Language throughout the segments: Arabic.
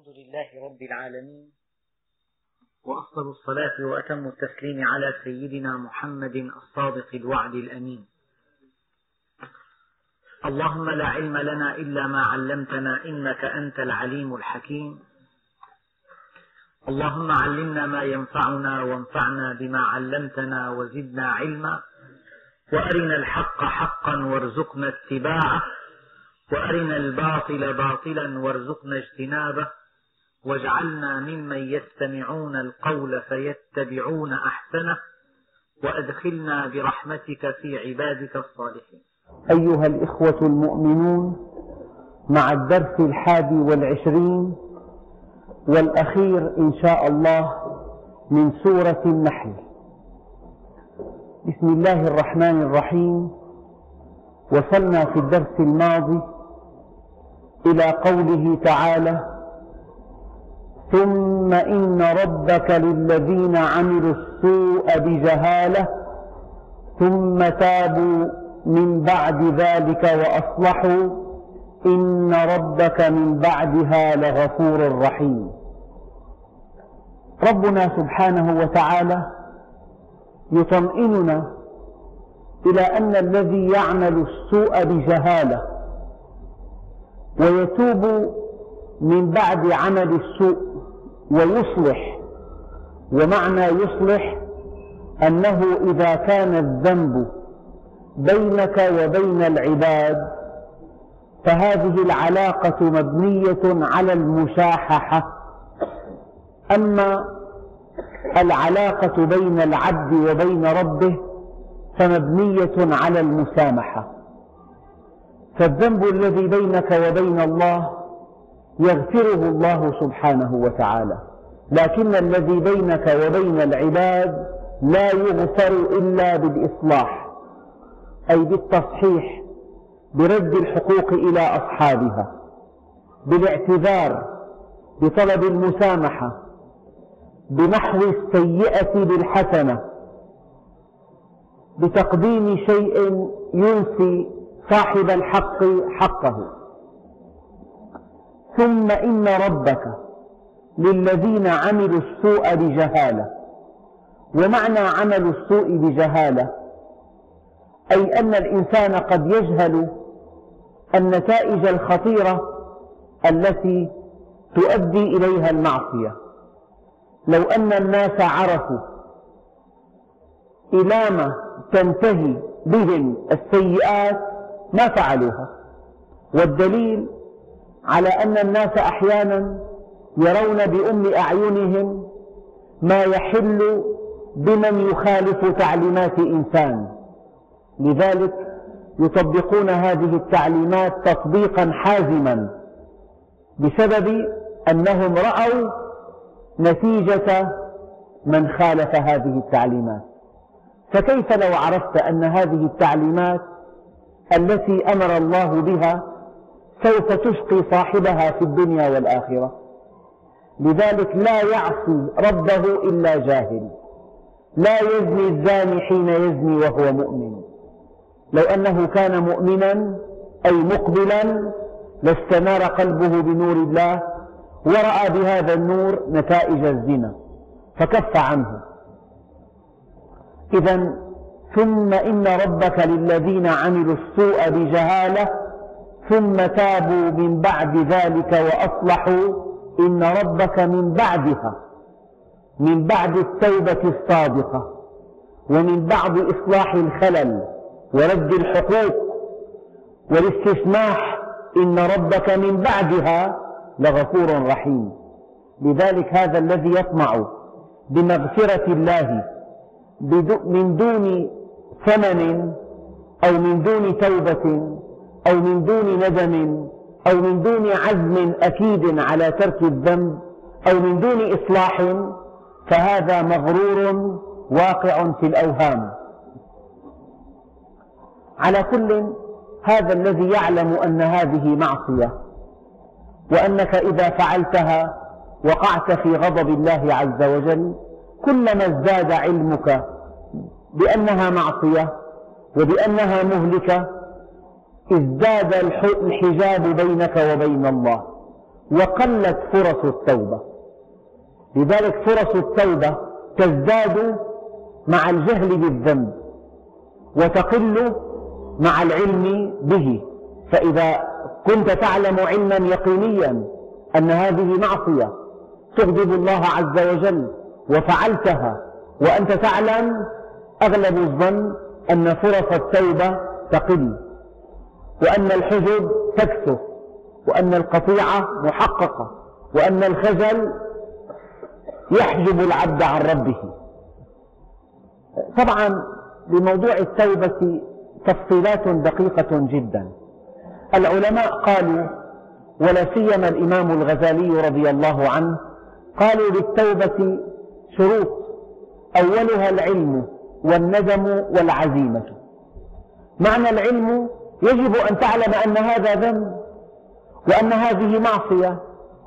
الحمد لله رب العالمين، وأفضل الصلاة وأتم التسليم على سيدنا محمد الصادق الوعد الأمين. اللهم لا علم لنا إلا ما علمتنا إنك أنت العليم الحكيم. اللهم علمنا ما ينفعنا وانفعنا بما علمتنا وزدنا علما، وأرنا الحق حقا وارزقنا اتباعه، وأرنا الباطل باطلا وارزقنا اجتنابه، واجعلنا ممن يستمعون القول فيتبعون أحسنه، وأدخلنا برحمتك في عبادك الصالحين. أيها الإخوة المؤمنون، مع الدرس 21 والأخير إن شاء الله من سورة النحل. بسم الله الرحمن الرحيم. وصلنا في الدرس الماضي إلى قوله تعالى: ثم إن ربك للذين عملوا السوء بجهالة ثم تابوا من بعد ذلك وأصلحوا إن ربك من بعدها لغفور رحيم. ربنا سبحانه وتعالى يطمئننا إلى أن الذي يعمل السوء بجهالة ويتوب من بعد عمل السوء ويصلح، ومعنى يصلح أنه إذا كان الذنب بينك وبين العباد فهذه العلاقة مبنية على المشاححة، أما العلاقة بين العبد وبين ربه فمبنية على المسامحة. فالذنب الذي بينك وبين الله يغفره الله سبحانه وتعالى، لكن الذي بينك وبين العباد لا يغفر إلا بالإصلاح، أي بالتصحيح، برد الحقوق إلى أصحابها، بالاعتذار، بطلب المسامحة، بمحو السيئة بالحسنة، بتقديم شيء ينسي صاحب الحق حقه. ثم إن ربك للذين عملوا السوء بجهالة. ومعنى عمل السوء بجهالة أي أن الإنسان قد يجهل النتائج الخطيرة التي تؤدي إليها المعصية. لو أن الناس عرفوا إلى ما تنتهي بهم السيئات ما فعلوها، والدليل على أن الناس أحيانا يرون بأم أعينهم ما يحل بمن يخالف تعليمات إنسان، لذلك يطبقون هذه التعليمات تطبيقا حازما بسبب أنهم رأوا نتيجة من خالف هذه التعليمات. فكيف لو عرفت أن هذه التعليمات التي أمر الله بها سوف تشقي صاحبها في الدنيا والآخرة؟ لذلك لا يعصي ربه إلا جاهل. لا يزني الزاني حين يزني وهو مؤمن. لو أنه كان مؤمنا أي مقبلا لاستنار قلبه بنور الله ورأى بهذا النور نتائج الزنا فكف عنه. إذن ثم إن ربك للذين عملوا السوء بجهالة ثم تابوا من بعد ذلك وأصلحوا إن ربك من بعدها، من بعد التوبة الصادقة ومن بعد إصلاح الخلل ورد الحقوق والاستسماح، إن ربك من بعدها لغفور رحيم. لذلك هذا الذي يطمع بمغفرة الله من دون ثمن أو من دون توبة أو من دون ندم أو من دون عزم أكيد على ترك الذنب أو من دون إصلاح، فهذا مغرور واقع في الأوهام. على كل، هذا الذي يعلم أن هذه معصية وأنك إذا فعلتها وقعت في غضب الله عز وجل، كلما ازداد علمك بأنها معصية وبأنها مهلكة ازداد الحجاب بينك وبين الله، وقلت فرص التوبة. لذلك فرص التوبة تزداد مع الجهل بالذنب وتقل مع العلم به. فإذا كنت تعلم علما يقينيا أن هذه معصية تغضب الله عز وجل وفعلتها وأنت تعلم، أغلب الظن أن فرص التوبة تقل، وأن الحجب تكثر، وأن القطيعة محققة، وأن الخجل يحجب العبد عن ربه. طبعا لموضوع التوبة تفصيلات دقيقة جدا. العلماء قالوا، ولا سيما الإمام الغزالي رضي الله عنه، قالوا للتوبة شروط، أولها العلم والندم والعزيمة. معنى العلم يجب أن تعلم أن هذا ذنب، وأن هذه معصية،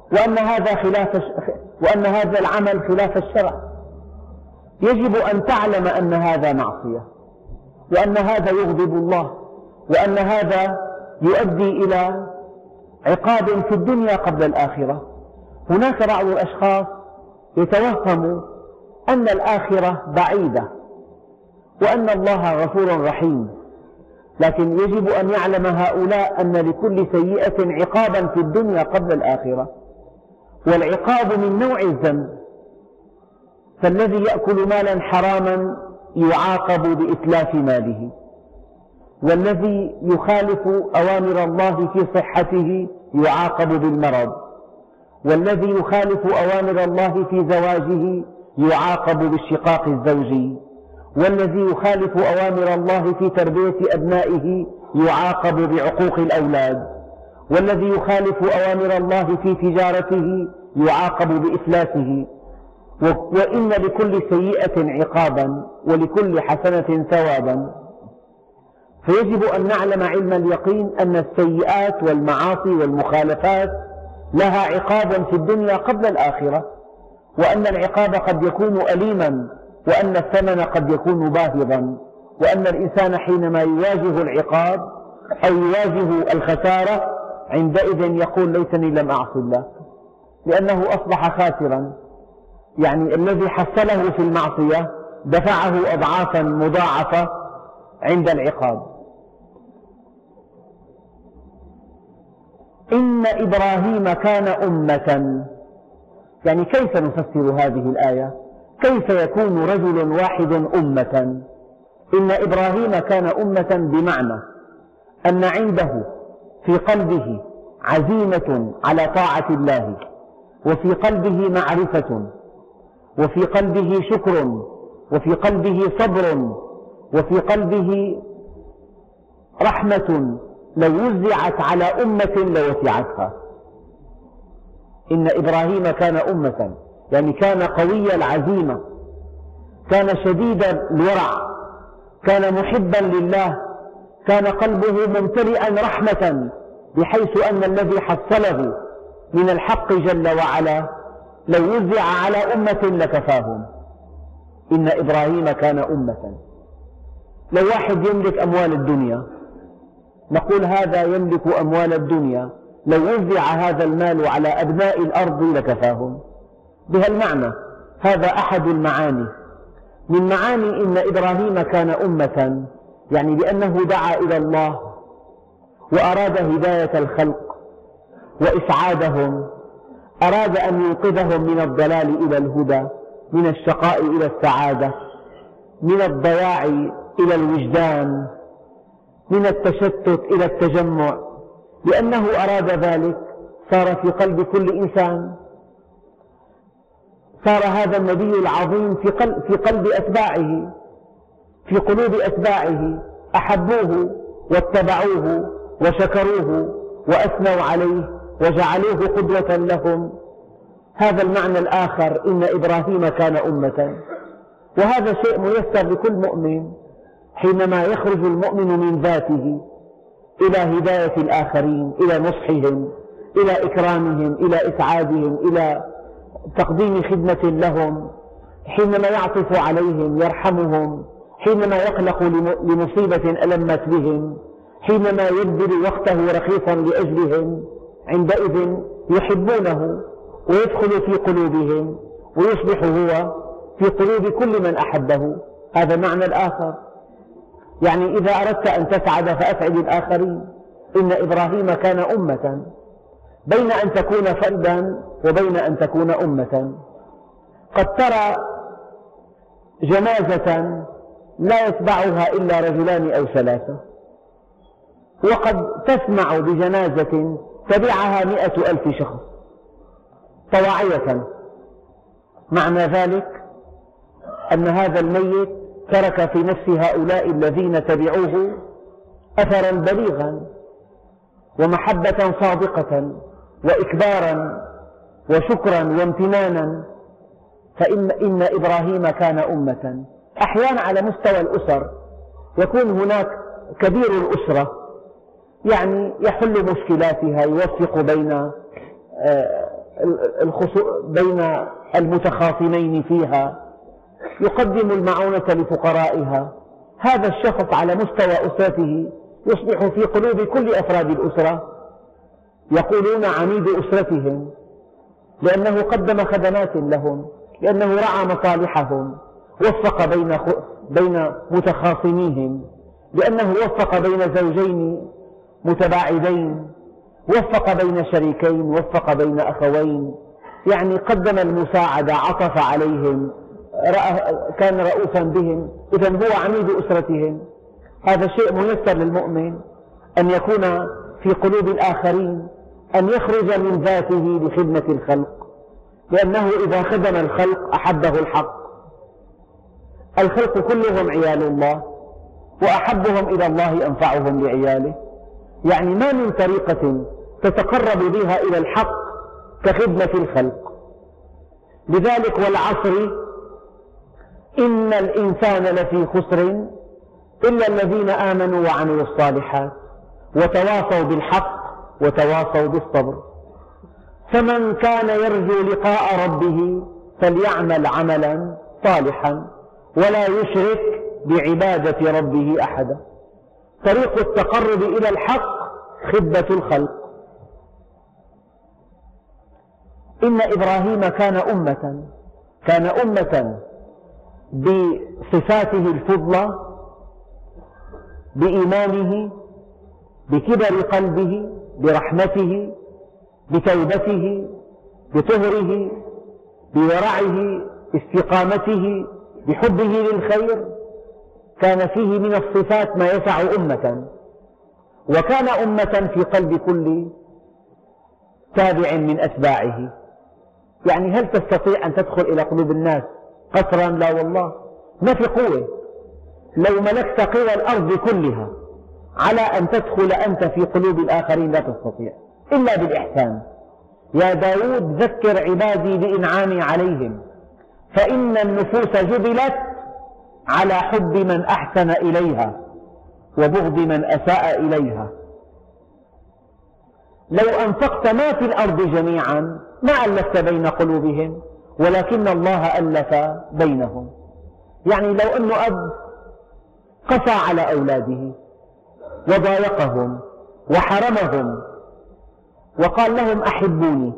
وأن هذا العمل خلاف الشرع. يجب أن تعلم أن هذا معصية، وأن هذا يغضب الله، وأن هذا يؤدي إلى عقاب في الدنيا قبل الآخرة. هناك بعض الأشخاص يتوهم أن الآخرة بعيدة وأن الله غفور رحيم، لكن يجب أن يعلم هؤلاء أن لكل سيئة عقابا في الدنيا قبل الآخرة، والعقاب من نوع الذنب. فالذي يأكل مالا حراما يعاقب بإتلاف ماله، والذي يخالف أوامر الله في صحته يعاقب بالمرض، والذي يخالف أوامر الله في زواجه يعاقب بالشقاق الزوجي، والذي يخالف أوامر الله في تربية أبنائه يعاقب بعقوق الأولاد، والذي يخالف أوامر الله في تجارته يعاقب بإفلاسه. وإن لكل سيئة عقابا ولكل حسنة ثوابا. فيجب أن نعلم علم اليقين أن السيئات والمعاصي والمخالفات لها عقاب في الدنيا قبل الآخرة، وأن العقاب قد يكون أليما، وأن الثمن قد يكون باهظا، وأن الإنسان حينما يواجه العقاب أو يواجه الخسارة عندئذ يقول ليتني لم أعص الله، لأنه أصبح خاسرا. يعني الذي حصله في المعصية دفعه أضعافا مضاعفة عند العقاب. إن إبراهيم كان أمة، يعني كيف نفسر هذه الآية؟ كيف يكون رجل واحد أمة؟ إن إبراهيم كان أمة بمعنى أن عنده في قلبه عزيمة على طاعة الله، وفي قلبه معرفة، وفي قلبه شكر، وفي قلبه صبر، وفي قلبه رحمة لو وزعت على أمة لوسعتها. إن إبراهيم كان أمة، يعني كان قوي العزيمة، كان شديد الورع، كان محبا لله، كان قلبه ممتلئا رحمة، بحيث أن الذي حصله من الحق جل وعلا لو وزع على أمة لكفاهم. إن إبراهيم كان أمة. لو واحد يملك أموال الدنيا نقول هذا يملك أموال الدنيا، لو وزع هذا المال على أبناء الأرض لكفاهم. بهالمعنى هذا أحد المعاني من معاني إن إبراهيم كان أمة، يعني بأنه دعا إلى الله وأراد هداية الخلق وإسعادهم، أراد أن ينقذهم من الضلال إلى الهدى، من الشقاء إلى السعادة، من الضياع إلى الوجدان، من التشتت إلى التجمع. لأنه أراد ذلك صار في قلب كل إنسان، صار هذا النبي العظيم في قلب أتباعه، في قلوب أتباعه، أحبوه واتبعوه وشكروه وأثنوا عليه وجعلوه قدوة لهم. هذا المعنى الآخر، إن إبراهيم كان أمة. وهذا شيء ميسر لكل مؤمن، حينما يخرج المؤمن من ذاته إلى هداية الآخرين، إلى نصحهم، إلى إكرامهم، إلى إسعادهم، إلى تقديم خدمة لهم، حينما يعطف عليهم يرحمهم، حينما يقلق لمصيبة ألمت بهم، حينما يبذل وقته رخيصا لأجلهم، عندئذ يحبونه ويدخل في قلوبهم ويصبح هو في قلوب كل من أحبه. هذا معنى الآخر. يعني إذا أردت أن تسعد فأسعد الآخرين. إن إبراهيم كان أمة، بين أن تكون فردا وبين أن تكون أمة. قد ترى جنازة لا يتبعها إلا رجلان أو ثلاثة، وقد تسمع بجنازة تبعها 100,000 شخص طواعية. معنى ذلك أن هذا الميت ترك في نفس هؤلاء الذين تبعوه أثرا بليغا ومحبة صادقة وإكبارا وشكرا وامتنانا. فإن إبراهيم كان أمة. أحيانا على مستوى الأسر يكون هناك كبير الأسرة، يعني يحل مشكلاتها، يوفق بين المتخاصمين فيها، يقدم المعونة لفقرائها. هذا الشخص على مستوى أسرته يصبح في قلوب كل أفراد الأسرة يقولون عميد أسرتهم، لأنه قدم خدمات لهم، لأنه رعى مصالحهم، وفق بين متخاصميهم، لأنه وفق بين زوجين متباعدين، وفق بين شريكين، وفق بين أخوين، يعني قدم المساعدة، عطف عليهم، كان رؤوفا بهم. إذن هو عميد أسرتهم. هذا شيء ميسر للمؤمن أن يكون في قلوب الآخرين، أن يخرج من ذاته لخدمة الخلق، لأنه إذا خدم الخلق أحبه الحق. الخلق كلهم عيال الله، وأحبهم إلى الله أنفعهم لعياله. يعني ما من طريقة تتقرب بها إلى الحق كخدمة الخلق. لذلك والعصر إن الإنسان لفي خسر إلا الذين آمنوا وعملوا الصالحات وتواصوا بالحق وتواصوا بالصبر. فمن كان يرجو لقاء ربه فليعمل عملا صالحا ولا يشرك بعبادة ربه أحدا. طريق التقرب إلى الحق خدمة الخلق. إن إبراهيم كان أمة بصفاته الفضلى، بإيمانه، بكبر قلبه، برحمته، بتوبته، بطهره، بورعه، استقامته، بحبه للخير. كان فيه من الصفات ما يسع أمة، وكان أمة في قلب كل تابع من أتباعه. يعني هل تستطيع أن تدخل إلى قلوب الناس قسرا؟ لا والله، ما في قوة. لو ملكت قوى الأرض كلها على أن تدخل أنت في قلوب الآخرين لا تستطيع إلا بالإحسان. يا داود ذكر عبادي بإنعامي عليهم فإن النفوس جبلت على حب من أحسن إليها وبغض من أساء إليها. لو أنفقت ما في الأرض جميعا ما ألفت بين قلوبهم، ولكن الله ألف بينهم. يعني لو أن أب قسى على أولاده وضايقهم وحرمهم وقال لهم أحبوني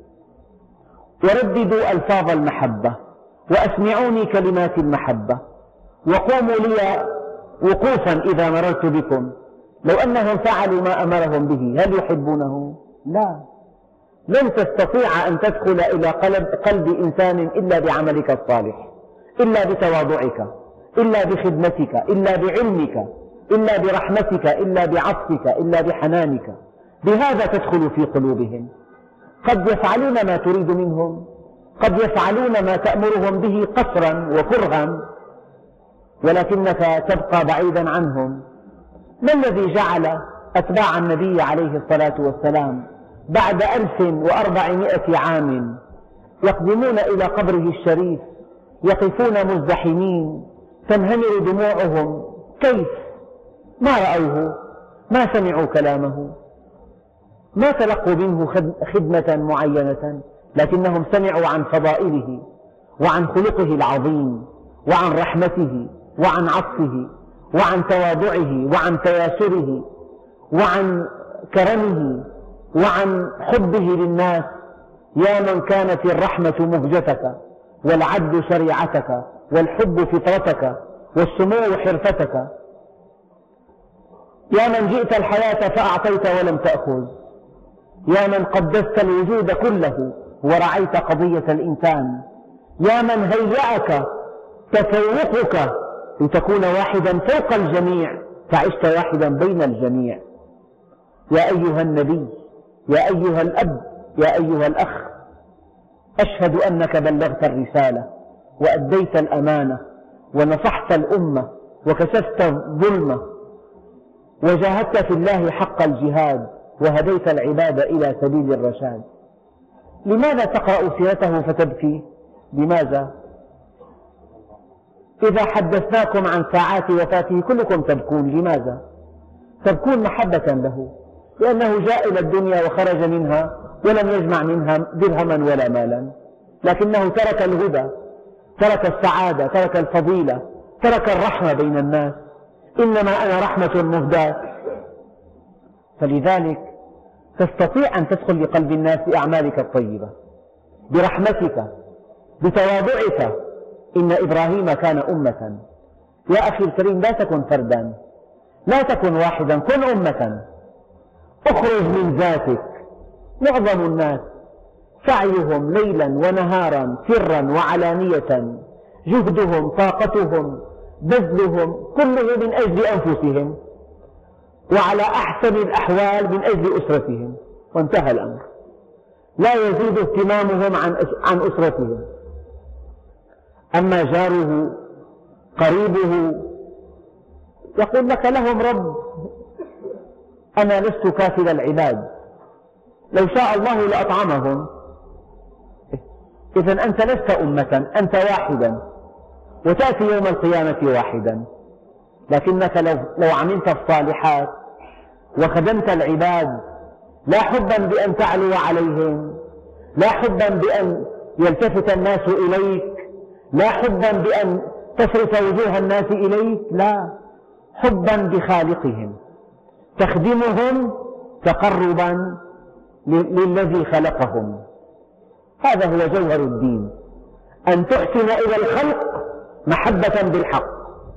ورددوا ألفاظ المحبة وأسمعوني كلمات المحبة وقوموا لي وقوفا إذا مررت بكم، لو أنهم فعلوا ما أمرهم به هل يحبونه؟ لا. لن تستطيع أن تدخل إلى قلب إنسان إلا بعملك الصالح، إلا بتواضعك، إلا بخدمتك، إلا بعلمك، إلا برحمتك، إلا بعطفك، إلا بحنانك. بهذا تدخل في قلوبهم. قد يفعلون ما تريد منهم، قد يفعلون ما تأمرهم به قسرا وكرها، ولكنك تبقى بعيدا عنهم. ما الذي جعل أتباع النبي عليه الصلاة والسلام بعد 1400 عام يقدمون إلى قبره الشريف يقفون مزدحمين تنهمر دموعهم؟ كيف؟ ما رأوه، ما سمعوا كلامه، ما تلقوا منه خدمة معينة، لكنهم سمعوا عن فضائله وعن خلقه العظيم وعن رحمته وعن عطفه وعن تواضعه وعن تياسره وعن كرمه وعن حبه للناس: يا من كانت الرحمة مهجتك، والعدل شريعتك، والحب فطرتك، والسمو حرفتك. يا من جئت الحياة فأعطيت ولم تأخذ، يا من قدست الوجود كله ورعيت قضية الإنسان، يا من هيأك تفوقك لتكون واحدا فوق الجميع فعشت واحدا بين الجميع. يا أيها النبي، يا أيها الأب، يا أيها الأخ، أشهد أنك بلغت الرسالة وأديت الأمانة ونصحت الأمة وكشفت الظلمة وجاهدت في الله حق الجهاد وهديت العباد إلى سبيل الرشاد. لماذا تقرأ سيرته فتبكي؟ لماذا؟ إذا حدثناكم عن ساعات وفاته كلكم تبكون. لماذا؟ تبكون محبة له، لأنه جاء إلى الدنيا وخرج منها ولم يجمع منها درهما ولا مالا، لكنه ترك الهدى، ترك السعادة، ترك الفضيلة، ترك الرحمة بين الناس. إنما أنا رحمة مهداة. فلذلك تستطيع أن تدخل لقلب الناس بأعمالك الطيبة، برحمتك، بتواضعك. إن إبراهيم كان أمة. يا أخي الكريم، لا تكن فردا، لا تكن واحدا، كن أمة. اخرج من ذاتك. معظم الناس سعيهم ليلا ونهارا، سرا وعلانية، جهدهم، طاقتهم، بذلهم كله من أجل أنفسهم، وعلى أحسن الأحوال من أجل أسرتهم، وانتهى الأمر. لا يزيد اهتمامهم عن أسرتهم. أما جاره، قريبه، يقول لك لهم رب، أنا لست كافل العباد، لو شاء الله لأطعمهم. إذن أنت لست أمة، أنت واحدا، وتأتي يوم القيامة واحدا. لكنك لو عملت الصالحات وخدمت العباد، لا حبا بأن تعلو عليهم، لا حبا بأن يلتفت الناس إليك، لا حبا بأن تصرف وجوه الناس إليك، لا، حبا بخالقهم، تخدمهم تقربا للذي خلقهم. هذا هو جوهر الدين، أن تحسن إلى الخلق محبة بالحق.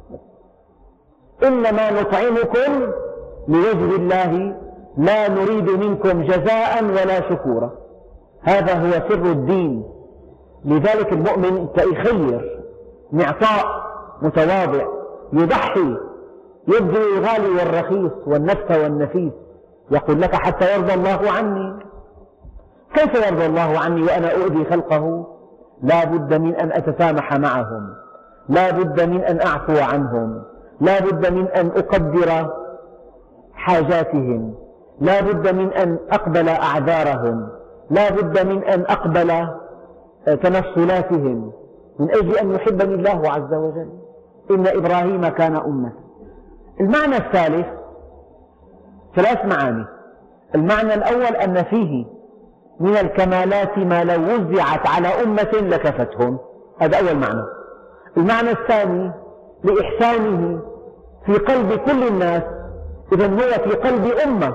إنما نطعمكم لوجه الله لا نريد منكم جزاء ولا شكورا. هذا هو سر الدين. لذلك المؤمن يخير، معطاء، متواضع، يضحي، يبذل الغالي والرخيص والنفس والنفيس. يقول لك حتى يرضى الله عني. كيف يرضى الله عني وأنا أؤذي خلقه؟ لا بد من أن أتسامح معهم، لا بد من أن أعفو عنهم، لا بد من أن أقدر حاجاتهم، لا بد من أن أقبل أعذارهم، لا بد من أن أقبل تنصلاتهم، من أجل أن يحبني الله عز وجل. إن إبراهيم كان أمة. المعنى الثالث، ثلاث معاني. المعنى الأول أن فيه من الكمالات ما لو وزعت على أمة لكفتهم، هذا أول معنى. المعنى الثاني لإحسانه في قلب كل الناس، إذن هو في قلب أمة،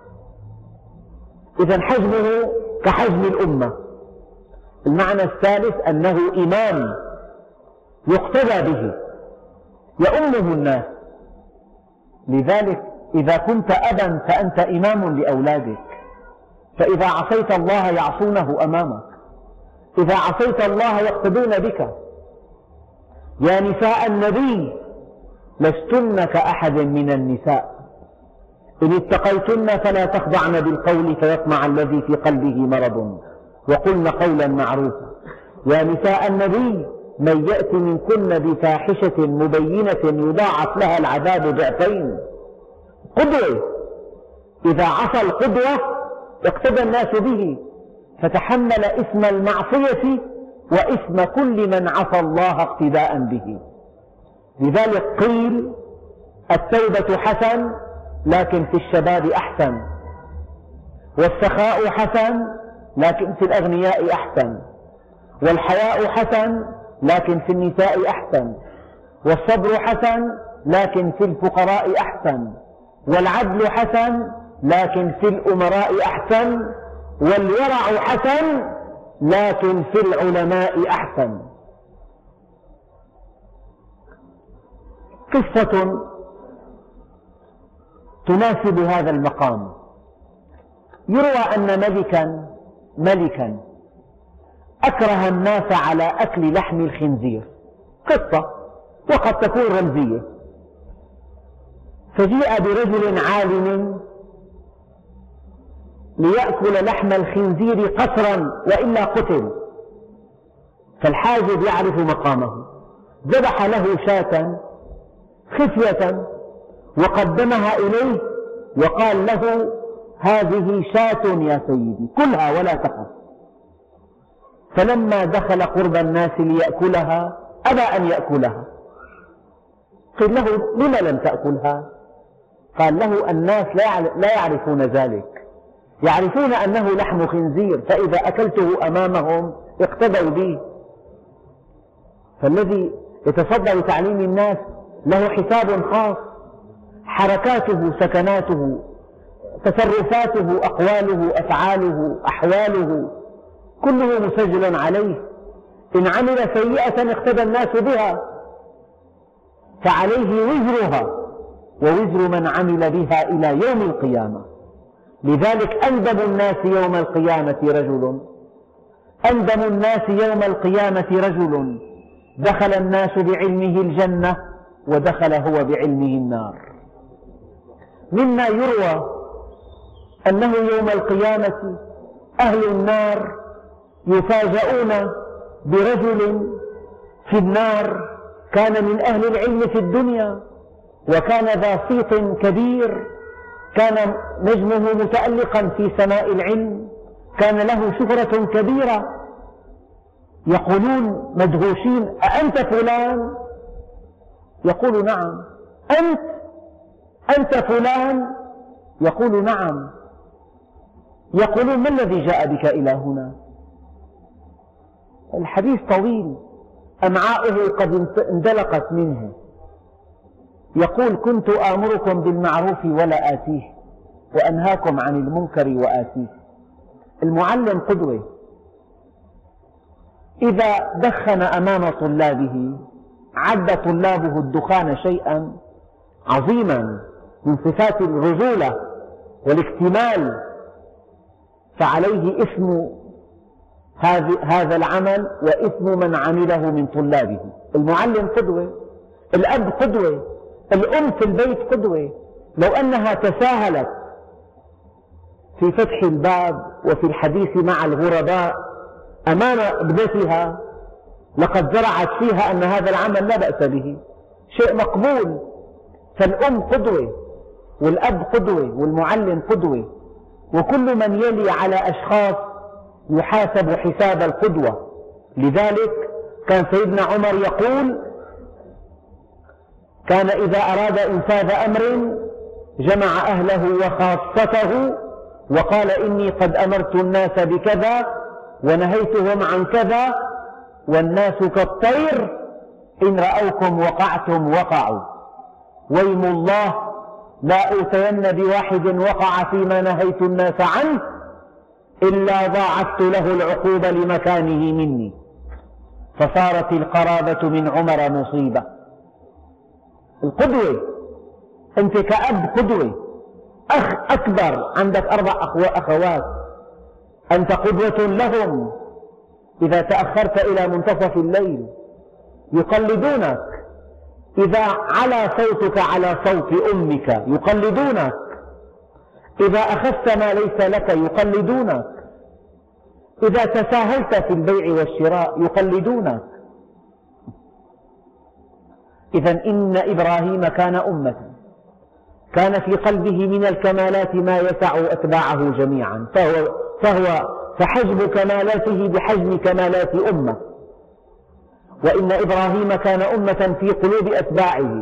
إذن حجمه كحجم الأمة. المعنى الثالث أنه إمام يقتدى به، يؤمه الناس. لذلك إذا كنت أبا فأنت إمام لأولادك، فإذا عصيت الله يعصونه أمامك، إذا عصيت الله يقتدون بك. يا نساء النبي لستن كأحد من النساء إن اتقيتن فلا تخضعن بالقول فيطمع الذي في قلبه مرض وقلن قولا معروفا. يا نساء النبي من يأت منكن بفاحشة مبينة يضاعف لها العذاب ضعفين. قدوة، إذا عصى القدوة اقتدى الناس به، فتحمل إثم المعصية وإثم كل من عصى الله اقتداء به. لذلك قيل التوبة حسن لكن في الشباب أحسن، والسخاء حسن لكن في الأغنياء أحسن، والحياء حسن لكن في النساء أحسن، والصبر حسن لكن في الفقراء أحسن، والعدل حسن لكن في الأمراء أحسن، والورع حسن لكن في العلماء أحسن. قصة تناسب هذا المقام. يروى أن ملكا أكره الناس على أكل لحم الخنزير، قصة وقد تكون رمزية. فجيء برجل عالم ليأكل لحم الخنزير قسرا وإلا قتل، فالحاجب يعرف مقامه، ذبح له شاة خفية وقدمها إليه وقال له: هذه شاة يا سيدي، كلها ولا تخف. فلما دخل قرب الناس ليأكلها أبى أن يأكلها. قيل له: لم لم تأكلها؟ قال له: الناس لا يعرفون ذلك، يعرفون أنه لحم خنزير، فإذا أكلته أمامهم اقتدوا بي. فالذي يتصدى لتعليم الناس له حساب خاص، حركاته، سكناته، تصرفاته، أقواله، أفعاله، أحواله، كله مسجل عليه. إن عمل سيئة اقتدى الناس بها فعليه وزرها ووزر من عمل بها إلى يوم القيامة. لذلك أندم الناس يوم القيامة رجل دخل الناس بعلمه الجنة ودخل هو بعلمه النار. مما يروى أنه يوم القيامة أهل النار يفاجؤون برجل في النار كان من أهل العلم في الدنيا، وكان ذا صيت كبير، كان نجمه متألقا في سماء العلم، كان له شهرة كبيرة. يقولون مدهوشين: أأنت فلان؟ يقول: نعم. أنت فلان؟ يقول: نعم. يقولون: ما الذي جاء بك إلى هنا؟ الحديث طويل، أمعاؤه قد اندلقت منه. يقول: كنت آمركم بالمعروف ولا آتيه، وأنهاكم عن المنكر وآتيه. المعلم قدوة، إذا دخن أمام طلابه عد طلابه الدخان شيئا عظيما من صفات الرجولة والاكتمال، فعليه إثم هذا العمل وإثم من عمله من طلابه. المعلم قدوة، الأب قدوة، الأم في البيت قدوة. لو أنها تساهلت في فتح الباب وفي الحديث مع الغرباء أمام ابنتها لقد زرعت فيها أن هذا العمل لا بأس به، شيء مقبول. فالأم قدوة، والأب قدوة، والمعلم قدوة، وكل من يلي على أشخاص يحاسب حساب القدوة. لذلك كان سيدنا عمر يقول: كان إذا أراد إنفاذ أمر جمع أهله وخاصته وقال: إني قد أمرت الناس بكذا ونهيتهم عن كذا، والناس كالطير إن رأوكم وقعتم وقعوا، ويم الله لا أوتين بواحد وقع فيما نهيت الناس عنه إلا ضاعفت له العقوبة لمكانه مني. فصارت القرابة من عمر مصيبة. القدوة، أنت كأب قدوة، أخ أكبر، عندك 4 أخوات، أنت قدوة لهم. إذا تأخرت إلى منتصف الليل يقلدونك، إذا على صوتك على صوت أمك يقلدونك، إذا أخذت ما ليس لك يقلدونك، إذا تساهلت في البيع والشراء يقلدونك. إذن إن إبراهيم كان أمة، كان في قلبه من الكمالات ما يسع أتباعه جميعا، فحجم كمالاته بحجم كمالات أمة. وإن إبراهيم كان أمة في قلوب أتباعه،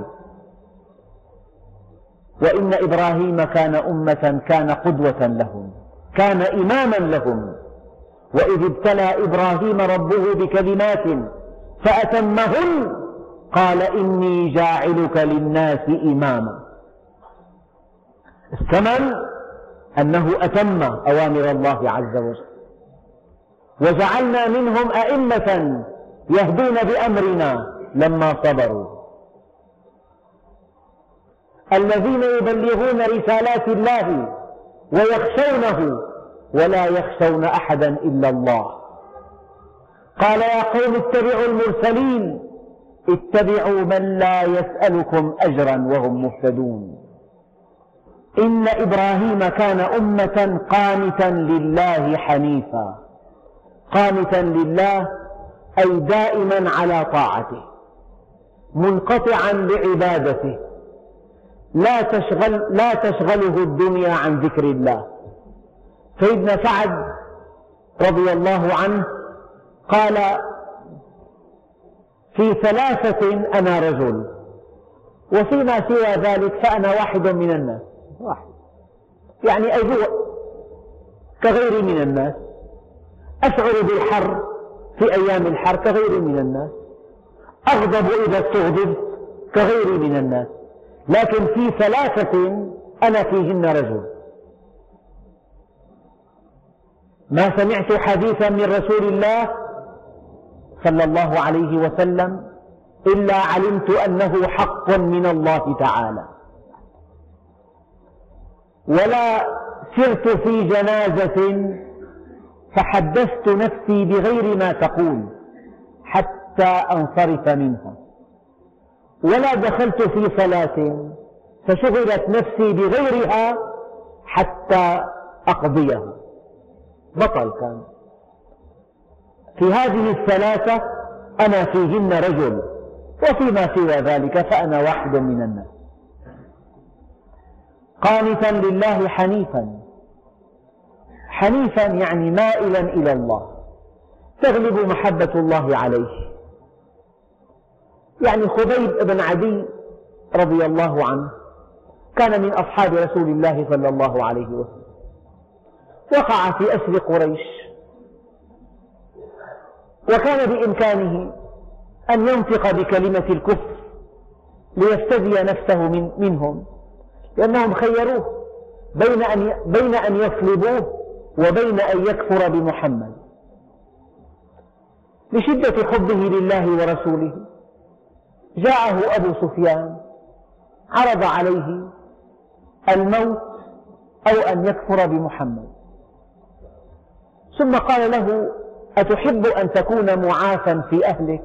وإن إبراهيم كان أمة، كان قدوة لهم، كان إماما لهم. وإذ ابتلى إبراهيم ربه بكلمات فأتمهن قال: إني جاعلك للناس إماما. الثمن أنه أتم أوامر الله عز وجل. وجعلنا منهم أئمة يهدون بأمرنا لما صبروا، الذين يبلغون رسالات الله ويخشونه ولا يخشون أحدا إلا الله. قال يا قوم اتبعوا المرسلين اتبعوا من لا يسألكم أجرا وهم مهتدون. إن إبراهيم كان أمة قانتا لله حنيفا. قانتا لله أي دائما على طاعته، منقطعا لعبادته، لا تشغله الدنيا عن ذكر الله. سيدنا سعد رضي الله عنه قال في ثلاثة أنا رجل وفيما سوى ذلك فأنا واحد من الناس. واحد يعني أجوع كغيري من الناس، أشعر بالحر في أيام الحر كغيري من الناس، أغضب إذا استغضبت كغيري من الناس، لكن في ثلاثة أنا فيهن رجل. ما سمعت حديثا من رسول الله صلى الله عليه وسلم إلا علمت أنه حق من الله تعالى، ولا سرت في جنازة فحدثت نفسي بغير ما تقول حتى أنصرف منها، ولا دخلت في صلاة فشغلت نفسي بغيرها حتى أقضيها. بطل كان. في هذه الثلاثة أنا فيهن رجل وفيما سوى ذلك فأنا واحد من الناس. قانتا لله حنيفا. حنيفا يعني مائلا إلى الله، تغلب محبة الله عليه. يعني خبيب بن عدي رضي الله عنه كان من أصحاب رسول الله صلى الله عليه وسلم، وقع في أسر قريش، وكان بإمكانه أن ينطق بكلمة الكفر ليفتدي نفسه منهم، لأنهم خيروه بين أن يصلبوه وبين أن يكفر بمحمد. لشدة حبه لله ورسوله جاءه أبو سفيان عرض عليه الموت أو أن يكفر بمحمد، ثم قال له أتحب أن تكون معافى في أهلك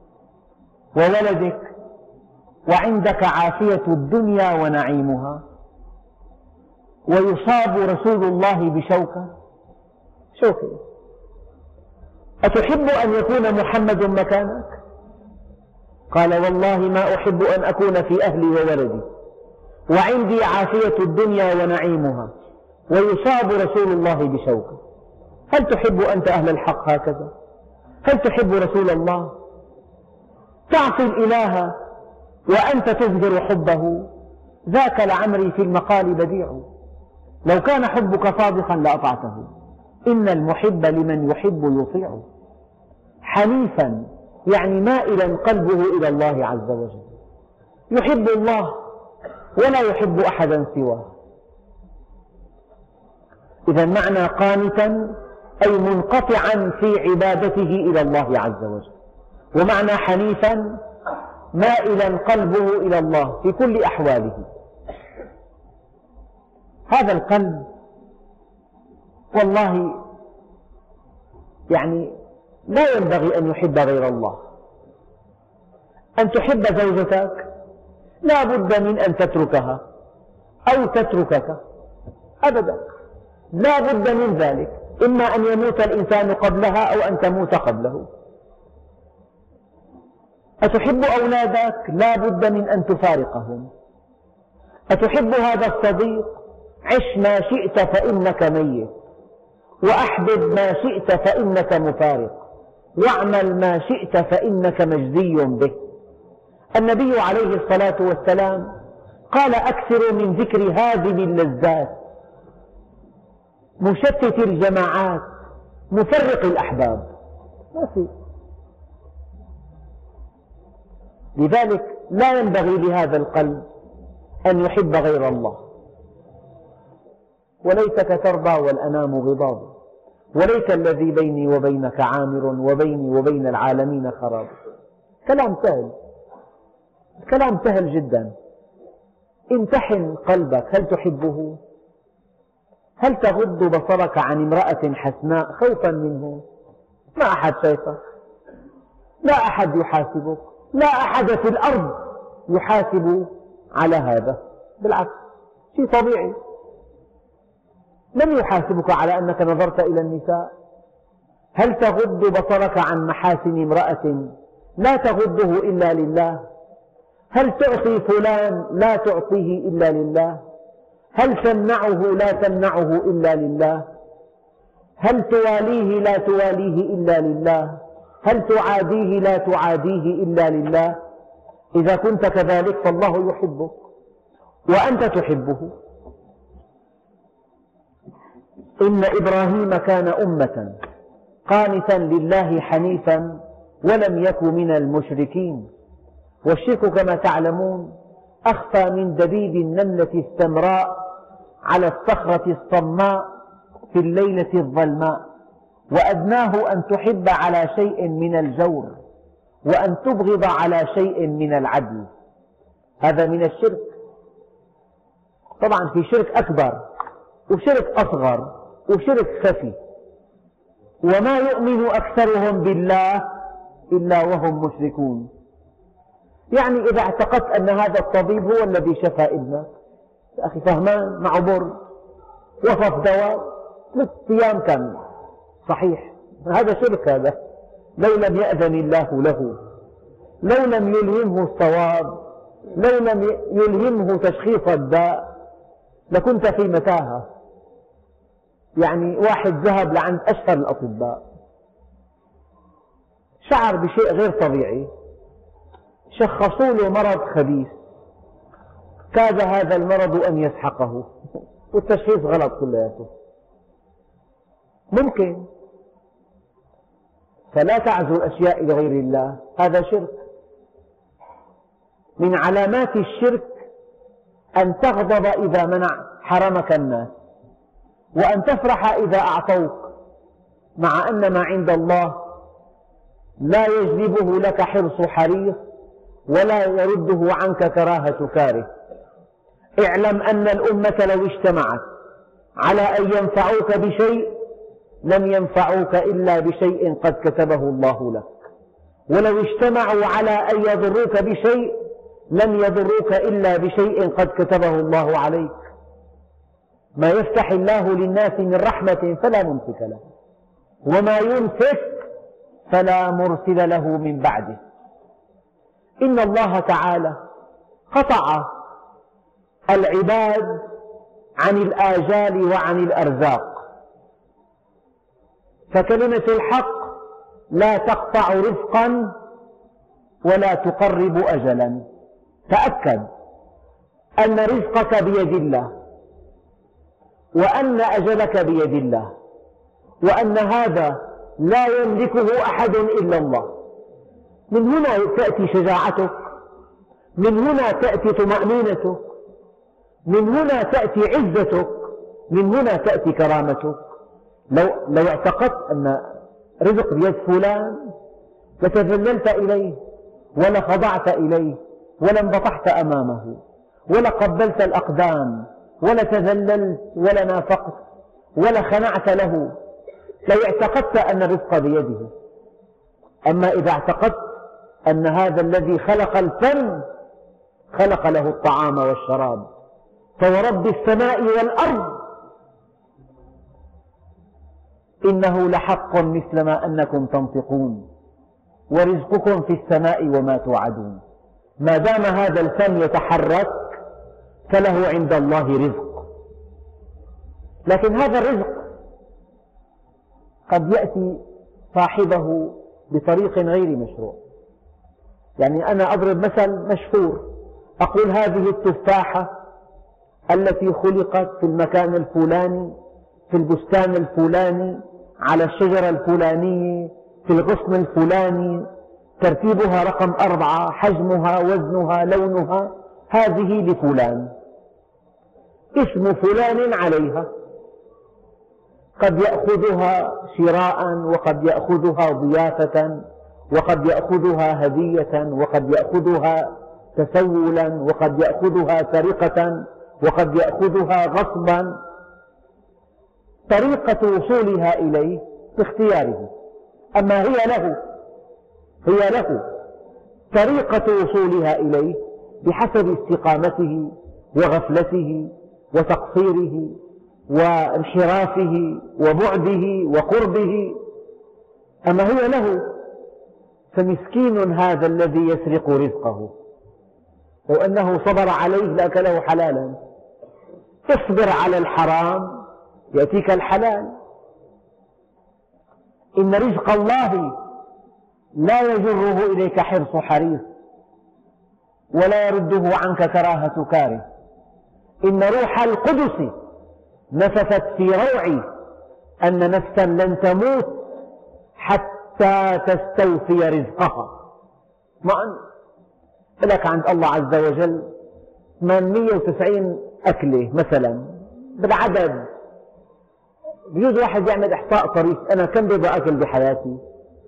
وولدك وعندك عافية الدنيا ونعيمها، ويصاب رسول الله بشوكة؟ أتحب أن يكون محمد مكانك؟ قال والله ما أحب أن أكون في أهلي وولدي وعندي عافية الدنيا ونعيمها ويصاب رسول الله بشوكة. هل تحب أنت أهل الحق هكذا؟ هل تحب رسول الله؟ تعصي الإله وأنت تظهر حبه؟ ذاك لعمري في المقال بديع، لو كان حبك صادقا لأطعته، إن المحب لمن يحب يطيع. حنيفا يعني مائلا قلبه إلى الله عز وجل، يحب الله ولا يحب أحدا سواه. إذا معنى قانتا أي منقطعا في عبادته إلى الله عز وجل، ومعنى حنيفا مائلا قلبه إلى الله في كل أحواله. هذا القلب والله يعني لا ينبغي أن يحب غير الله. أن تحب زوجتك لا بد من أن تتركها أو تتركك أبدا، لا بد من ذلك، إما أن يموت الإنسان قبلها أو أن تموت قبله. أتحب أولادك لا بد من أن تفارقهم. أتحب هذا الصديق عش ما شئت فإنك ميت، وأحبب ما شئت فإنك مفارق، واعمل ما شئت فإنك مجزي به. النبي عليه الصلاة والسلام قال أكثروا من ذكر هادم اللذات، مشتت الجماعات، مفرق الأحباب. ما في. لذلك لا ينبغي لهذا القلب أن يحب غير الله، وليتك ترضى والأنام غضاب، وليت الذي بيني وبينك عامر وبيني وبين العالمين خراب. كلام سهل، كلام سهل جدا. امتحن قلبك، هل تحبه؟ هل تغض بصرك عن امرأة حسناء خوفا منه؟ ما أحد شايفك، لا أحد يحاسبك، لا أحد في الأرض يحاسب على هذا، بالعكس شيء طبيعي. من يحاسبك على أنك نظرت إلى النساء؟ هل تغض بصرك عن محاسن امرأة لا تغضه إلا لله؟ هل تعطي فلان لا تعطيه إلا لله؟ هل تمنعه لا تمنعه إلا لله؟ هل تواليه لا تواليه إلا لله؟ هل تعاديه لا تعاديه إلا لله؟ إذا كنت كذلك فالله يحبك وأنت تحبه. إن إبراهيم كان أمة قانتا لله حنيفا ولم يك من المشركين. والشرك كما تعلمون أخفى من دبيب النملة السمراء على الصخرة الصماء في الليلة الظلماء، وأدناه أن تحب على شيء من الجور وأن تبغض على شيء من العدل. هذا من الشرك. طبعا في شرك أكبر وشرك أصغر وشرك خفي، وما يؤمن أكثرهم بالله إلا وهم مشركون. يعني إذا اعتقدت أن هذا الطبيب هو الذي شفى ابنك، يا أخي فهمان معه برد وصف دواء 3 أيام كاملة، صحيح هذا شرك. هذا لو لم يأذن الله له، لو لم يلهمه الصواب، لو لم يلهمه تشخيص الداء لكنت في متاهة. يعني واحد ذهب لعند أشهر الأطباء، شعر بشيء غير طبيعي، شخصوا له مرض خبيث، كاد هذا المرض أن يسحقه، والتشخيص غلط كلياته. ممكن. فلا تعزو الأشياء إلى غير الله، هذا شرك. من علامات الشرك أن تغضب إذا حرمك الناس، وأن تفرح إذا أعطوك، مع أن ما عند الله لا يجلبه لك حرص حريص ولا يرده عنك كراهة كاره. اعلم أن الأمة لو اجتمعت على أن ينفعوك بشيء لم ينفعوك إلا بشيء قد كتبه الله لك، ولو اجتمعوا على أن يضروك بشيء لم يضروك إلا بشيء قد كتبه الله عليك. ما يفتح الله للناس من رحمة فلا ممسك له، وما يمسك فلا مرسل له من بعده. إن الله تعالى قطع العباد عن الآجال وعن الأرزاق، فكلمة الحق لا تقطع رزقا ولا تقرب أجلا. تأكد أن رزقك بيد الله، وأن أجلك بيد الله، وأن هذا لا يملكه أحد إلا الله. من هنا تأتي شجاعتك، من هنا تأتي طمأنينتك، من هنا تأتي عزتك، من هنا تأتي كرامتك. لو اعتقدت أن رزق بيد فلان لتذللت إليه ولا خضعت إليه ولا انبطحت أمامه ولا قبلت الأقدام ولا تذللت ولا نافقت ولا خنعت له، لو اعتقدت أن الرزق بيده. أما إذا اعتقدت أن هذا الذي خلق الفم خلق له الطعام والشراب، فورب السماء والأرض إنه لحق مثل ما أنكم تنطقون ورزقكم في السماء وما توعدون. ما دام هذا الفم يتحرك فله عند الله رزق، لكن هذا الرزق قد يأتي صاحبه بطريق غير مشروع. يعني أنا أضرب مثل مشهور، أقول هذه التفاحة التي خلقت في المكان الفلاني في البستان الفلاني على الشجرة الفلانية في الغصن الفلاني، ترتيبها رقم 4، حجمها وزنها لونها، هذه لفلان، اسم فلان عليها، قد يأخذها شراء، وقد يأخذها ضيافة، وقد يأخذها هدية، وقد يأخذها تسولا، وقد يأخذها سرقة، وقد يأخذها غصبا. طريقة وصولها إليه باختياره، أما هي له طريقة وصولها إليه بحسب استقامته وغفلته وتقصيره وانحرافه وبعده وقربه، أما هي له. فمسكين هذا الذي يسرق رزقه، لو أنه صبر عليه لأكله حلالا. اصبر على الحرام يأتيك الحلال. إن رزق الله لا يجره إليك حرص حريص، ولا يرده عنك كراهة كاره. إن روح القدس نفثت في روعي أن نفسا لن تموت حتى تستوفي رزقها. ما لك عند الله عز وجل 890 أكلة مثلا بالعدد. بيجوز واحد يعمل إحصاء طريف، أنا كم بيضة أكل بحياتي،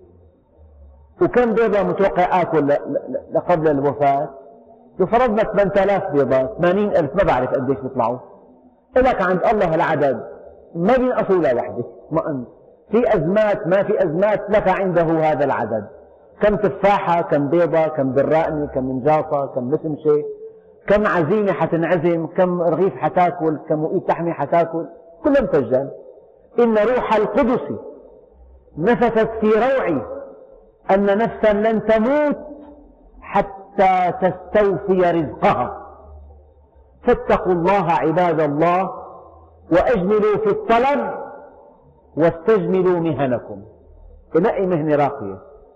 وكم بيضة متوقع آكل قبل الوفاة. لو فرضنا 8000 بيضة، 80,000 ما بعرف قديش بيطلعوا. لك عند الله العدد ما بينقصوا ولا وحدة. ما أنت في أزمات ما في أزمات، لك عنده هذا العدد. كم تفاحة، كم بيضة، كم بالرقمة، كم منجاصة، كم مسمشة، كم عزيمة حتنعزم، كم رغيف حتاكل، كم وقيت لحمة حتاكل، كله مسجل. إن روح القدس نفثت في روعي أن نفسا لن تموت حتى تستوفي رزقها. فاتقوا الله عباد الله، وأجملوا في الطلب، واستجملوا مهنكم. تنقي مهنة راقية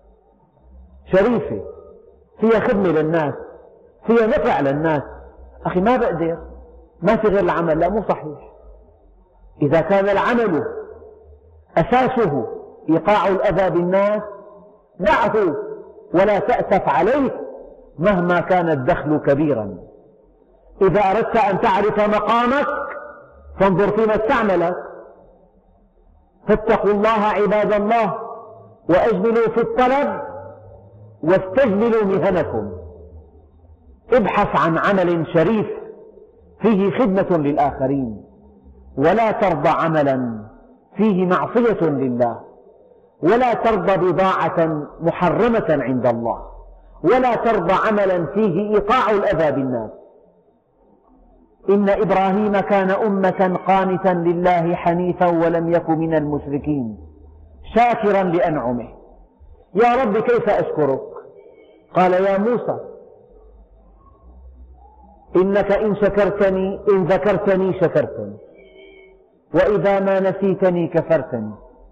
شريفة فيها خدمة للناس، فيها نفع للناس. أخي ما بقدر، ما في غير العمل، لا مو صحيح. إذا كان العمل أساسه إيقاع الأذى بالناس دعه ولا تأسف عليه مهما كان الدخل كبيرا. إذا أردت أن تعرف مقامك فانظر فيما استعملك. فاتقوا الله عباد الله، وأجملوا في الطلب، واستجملوا مهنكم. ابحث عن عمل شريف فيه خدمة للآخرين، ولا ترضى عملا فيه معصية لله، ولا ترضى بضاعة محرمة عند الله، ولا ترضى عملا فيه إيقاع الأذى بالناس. إن إبراهيم كان أمة قانتا لله حنيفا ولم يك من المشركين شاكرا لأنعمه. يا رب كيف أشكرك؟ قال يا موسى إنك إن ذكرتني شكرتني، وإذا ما نسيتني كفرتني.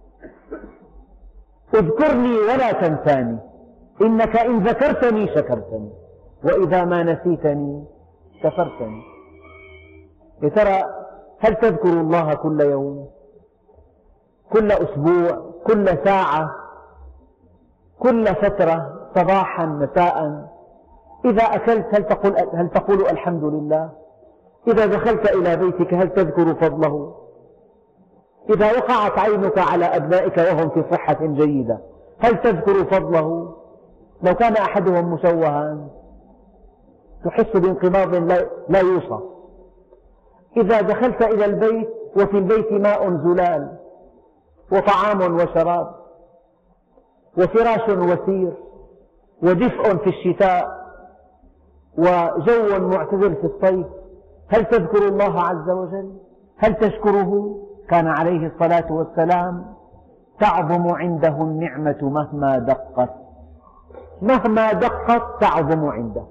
اذكرني ولا تنساني، إنك إن ذكرتني شكرتني، وإذا ما نسيتني كفرتني. يا ترى هل تذكر الله كل يوم، كل أسبوع، كل ساعة، كل فترة، صباحا مساء؟ إذا أكلت هل تقول الحمد لله؟ إذا دخلت إلى بيتك هل تذكر فضله؟ إذا وقعت عينك على أبنائك وهم في صحة جيدة هل تذكر فضله؟ لو كان أحدهم مشوها تحس بانقباض لا يوصف. إذا دخلت إلى البيت وفي البيت ماء زلال، وطعام وشراب، وفراش وسير، ودفء في الشتاء، وجو معتدل في الصيف، هل تذكر الله عز وجل؟ هل تشكره؟ كان عليه الصلاة والسلام تعظم عنده النعمة مهما دقت، مهما دقت تعظم عنده.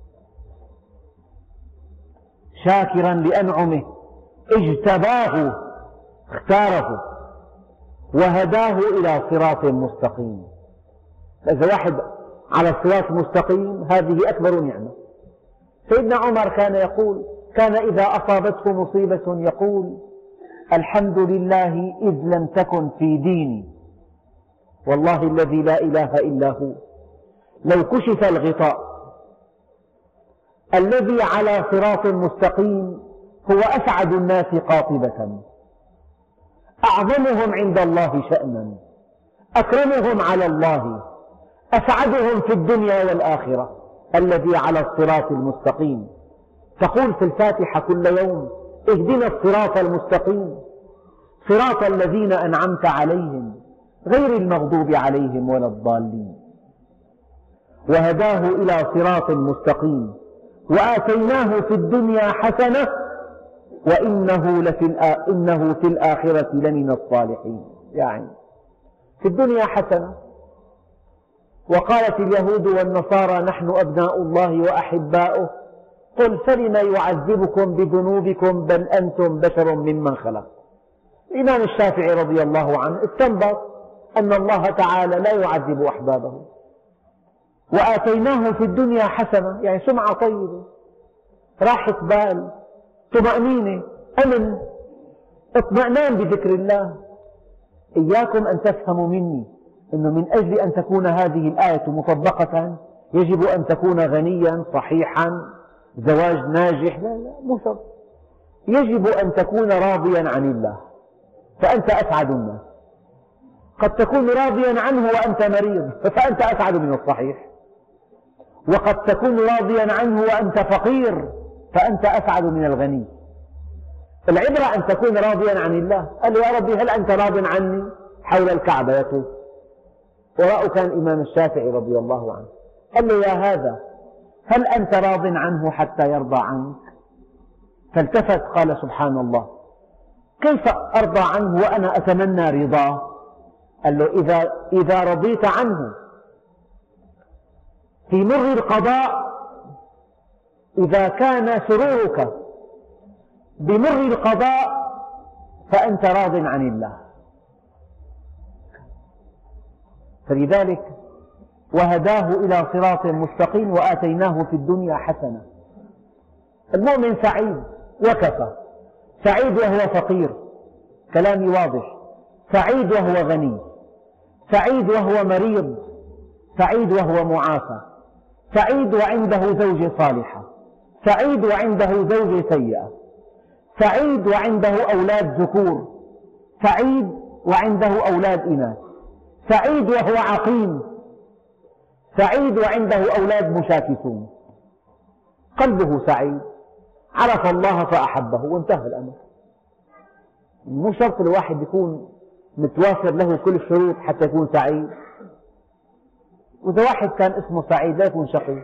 شاكرا لأنعمه، اجتباه، اختاره، وهداه إلى صراط مستقيم. إذا واحد على الصراط المستقيم هذه أكبر نعمة. سيدنا عمر كان إذا أصابته مصيبة يقول الحمد لله إذ لم تكن في ديني، والله الذي لا إله إلا هو لو كشف الغطاء الذي على صراط مستقيم هو أسعد الناس قاطبة، أعظمهم عند الله شأنا، أكرمهم على الله، أسعدهم في الدنيا والآخرة، الذي على الصراط المستقيم. تقول في الفاتحة كل يوم: اهدنا الصراط المستقيم صراط الذين أنعمت عليهم غير المغضوب عليهم ولا الضالين. وهداه إلى صراط مستقيم، وآتيناه في الدنيا حسنة وإنه في الآخرة لمن الصالحين. يعني في الدنيا حسنة. وقالت اليهود والنصارى: نحن أبناء الله وأحباؤه، قل فلم يعذبكم بذنوبكم بل أنتم بشر ممن خلق. الإمام الشافعي رضي الله عنه استنبط أن الله تعالى لا يعذب أحبابه. وآتيناه في الدنيا حسنة، يعني سمعة طيبة، راحة بال، طمأنينة، أمن، اطمئنان بذكر الله. إياكم أن تفهموا مني أنه من أجل أن تكون هذه الآية مطبقة يجب أن تكون غنيا صحيحا زواج ناجح. لا لا، مو شرط. يجب أن تكون راضيا عن الله فأنت أسعد الناس. قد تكون راضيا عنه وأنت مريض فأنت أسعد من الصحيح، وقد تكون راضيا عنه وأنت فقير فأنت أسعد من الغني. العبرة أن تكون راضيا عن الله. قال له: يا ربي هل أنت راض عني؟ حول الكعبة يطوف، وراءه كان الإمام الشافعي رضي الله عنه. قال له: يا هذا هل أنت راض عنه حتى يرضى عنك؟ فالتفت قال: سبحان الله، كيف أرضى عنه وأنا أتمنى رضاه؟ قال له: إذا رضيت عنه في مر القضاء، إذا كان سرورك بمر القضاء فأنت راض عن الله. فلذلك وهداه إلى صراط مستقيم وآتيناه في الدنيا حسنة. المؤمن سعيد وكفى، سعيد وهو فقير، كلامي واضح، سعيد وهو غني، سعيد وهو مريض، سعيد وهو معافى، سعيد وعنده زوجة صالحة، سعيد وعنده زوجة سيئة، سعيد وعنده أولاد ذكور، سعيد وعنده أولاد إناث، سعيد وهو عقيم، سعيد وعنده أولاد مشاكسون. قلبه سعيد، عرف الله فأحبه وانتهى الأمر. مو شرط الواحد يكون متوافر له كل الشروط حتى يكون سعيد. وإذا واحد كان اسمه سعيد لا يكون شقي،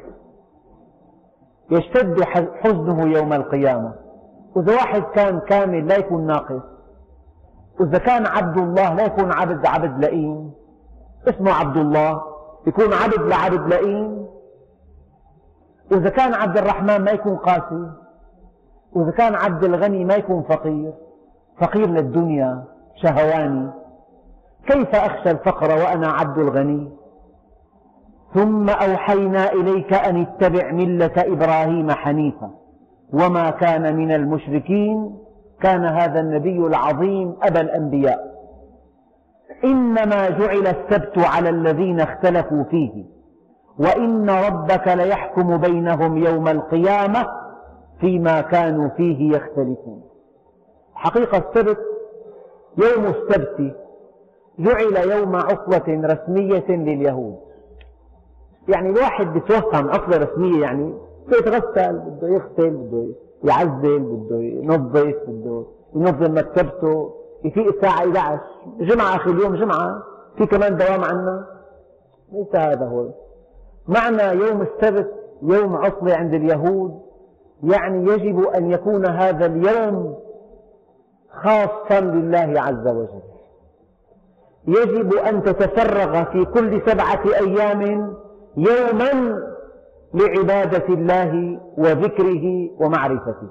يشتد حزنه يوم القيامة. وإذا واحد كان كامل لا يكون ناقص. وإذا كان عبد الله لا يكون عبد لئيم، اسمه عبد الله يكون عبد لعبد لئيم. وإذا كان عبد الرحمن ما يكون قاسي. وإذا كان عبد الغني ما يكون فقير، فقير للدنيا شهواني. كيف أخشى الفقر وأنا عبد الغني؟ ثم أوحينا إليك أن اتبع ملة إبراهيم حنيفا وما كان من المشركين. كان هذا النبي العظيم أبا الأنبياء. إنما جعل السبت على الذين اختلفوا فيه وإن ربك ليحكم بينهم يوم القيامة فيما كانوا فيه يختلفون. حقيقة السبت يوم السبت جعل يوم عطلة رسمية لليهود. يعني الواحد يتوهم عطلة رسمية، يعني بده يتغسل، بده يغسل، بده يعزل، بده ينظف، بده ينظم مكتبته، يفيق الساعة 11، جمعة آخر اليوم جمعة، في كمان دوام عنا. ليس هذا هو معنى يوم السبت. يوم عطلة عند اليهود، يعني يجب أن يكون هذا اليوم خاصا لله عز وجل. يجب أن تتفرغ في كل 7 أيام يوما لعبادة الله وذكره ومعرفته.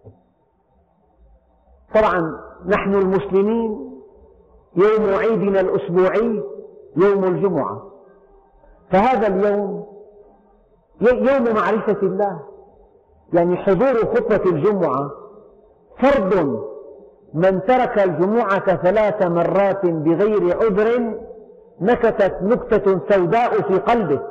طبعا نحن المسلمين يوم عيدنا الأسبوعي يوم الجمعة، فهذا اليوم يوم معرفة الله. يعني حضور خطبة الجمعة فرض. من ترك الجمعة 3 مرات بغير عذر نكتت نكتة سوداء في قلبه.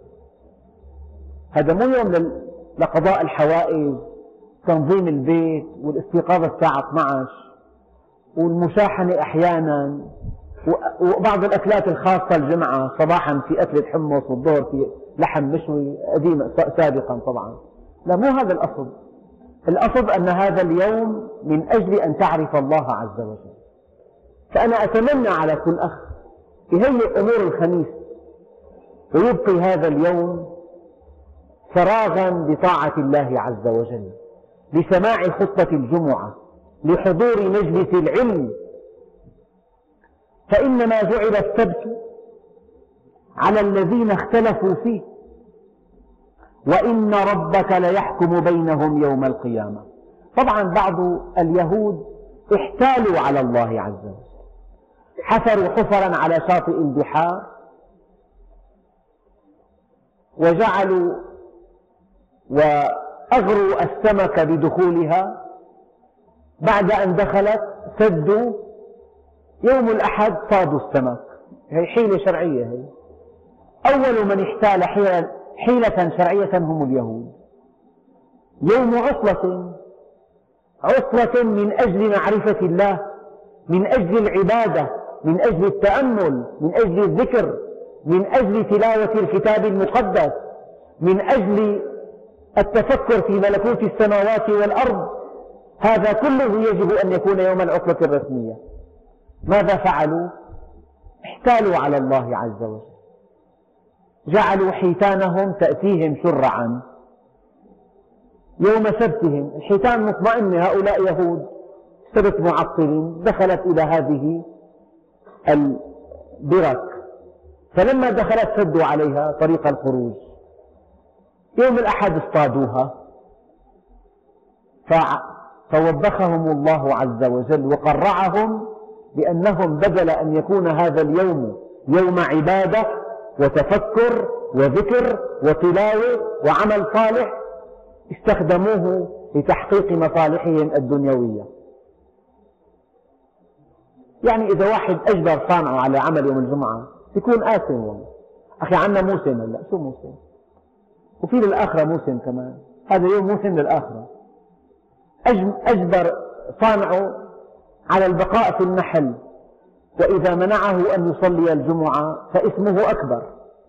هذا مو يوم لقضاء الحوائج، تنظيم البيت والاستيقاظ الساعة 12 والمشاحنة أحيانا، وبعض الأكلات الخاصة الجمعة، صباحا في أكلة حمص والظهر في لحم مشوي قديم سابقا طبعا. لا، مو هذا الأصل. الأصل أن هذا اليوم من أجل أن تعرف الله عز وجل. فأنا أتمنى على كل أخ يهيئ أمور الخميس ويبقي هذا اليوم فراغا لطاعة الله عز وجل، لسماع خطبة الجمعة، لحضور مجلس العلم. فإنما جعل السبت على الذين اختلفوا فيه، وإن ربك ليحكم بينهم يوم القيامة. طبعا بعض اليهود احتالوا على الله عز وجل، حفروا حفرا على شاطئ البحار وجعلوا وأغروا السمك بدخولها، بعد أن دخلت سدوا، يوم الأحد صادوا السمك. هي حيلة شرعية. هي أول من احتال حيلة شرعية هم اليهود. يوم عطلة من أجل معرفة الله، من أجل العبادة، من أجل التأمل، من أجل الذكر، من أجل تلاوة الكتاب المقدس، من أجل التفكر في ملكوت السماوات والأرض. هذا كله يجب أن يكون يوم العطلة الرسمية. ماذا فعلوا؟ احتالوا على الله عز وجل، جعلوا حيتانهم تأتيهم شرعا يوم سبتهم. الحيتان مطمئنة، هؤلاء يهود سبت معطلين، دخلت إلى هذه البرك، فلما دخلت سدوا عليها طريق الخروج. يوم الأحد اصطادوها، فوبخهم الله عز وجل وقرعهم بأنهم بدل أن يكون هذا اليوم يوم عبادة وتفكر وذكر وتلاوة وعمل صالح، استخدموه لتحقيق مصالحهم الدنيوية. يعني إذا واحد أجبر صانعه على عمل يوم الجمعة يكون آثم. والله أخي عنا موسم، هلا شو موسم؟ وفي للآخرة موسم كمان، هذا يوم موسم للآخرة. أجبر صانعه على البقاء في المحل، وإذا منعه أن يصلي الجمعة فإثمه أكبر.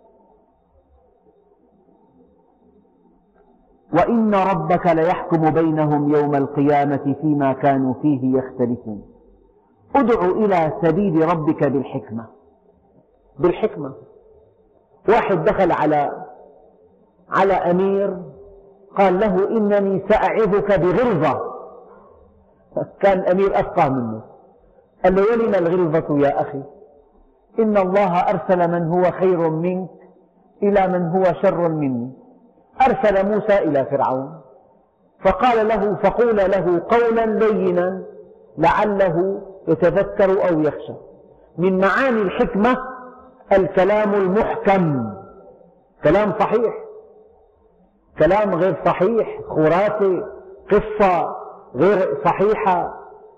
وإن ربك ليحكم بينهم يوم القيامة فيما كانوا فيه يختلفون. ادع إلى سبيل ربك بالحكمة. واحد دخل على أمير قال له إنني سأعظك بغلظة. كان أمير أفقه منه، قال له ولم الغلظة يا أخي؟ إن الله أرسل من هو خير منك إلى من هو شر مني. أرسل موسى إلى فرعون فقال له فقول له قولا لينا لعله يتذكر أو يخشى. من معاني الحكمة الكلام المحكم، كلام صحيح، كلام غير صحيح، خرافة، قصة غير صحيحة،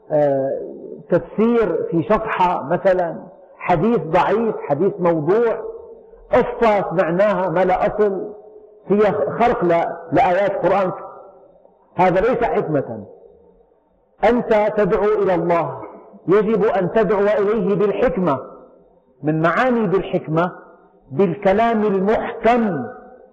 تفسير في شطحة مثلا، حديث ضعيف، حديث موضوع، قصة سمعناها ما لا أصل، فيها خرق لآيات قرآن. هذا ليس حكمة. أنت تدعو إلى الله، يجب أن تدعو إليه بالحكمة. من معاني بالحكمة بالكلام المحكم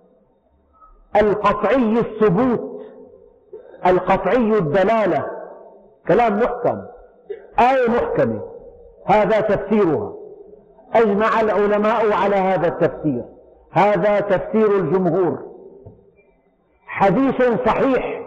القطعي الثبوت، القطعي الدلالة، كلام محكم، آية محكمة، هذا تفسيرها. أجمع العلماء على هذا التفسير، هذا تفسير الجمهور. حديث صحيح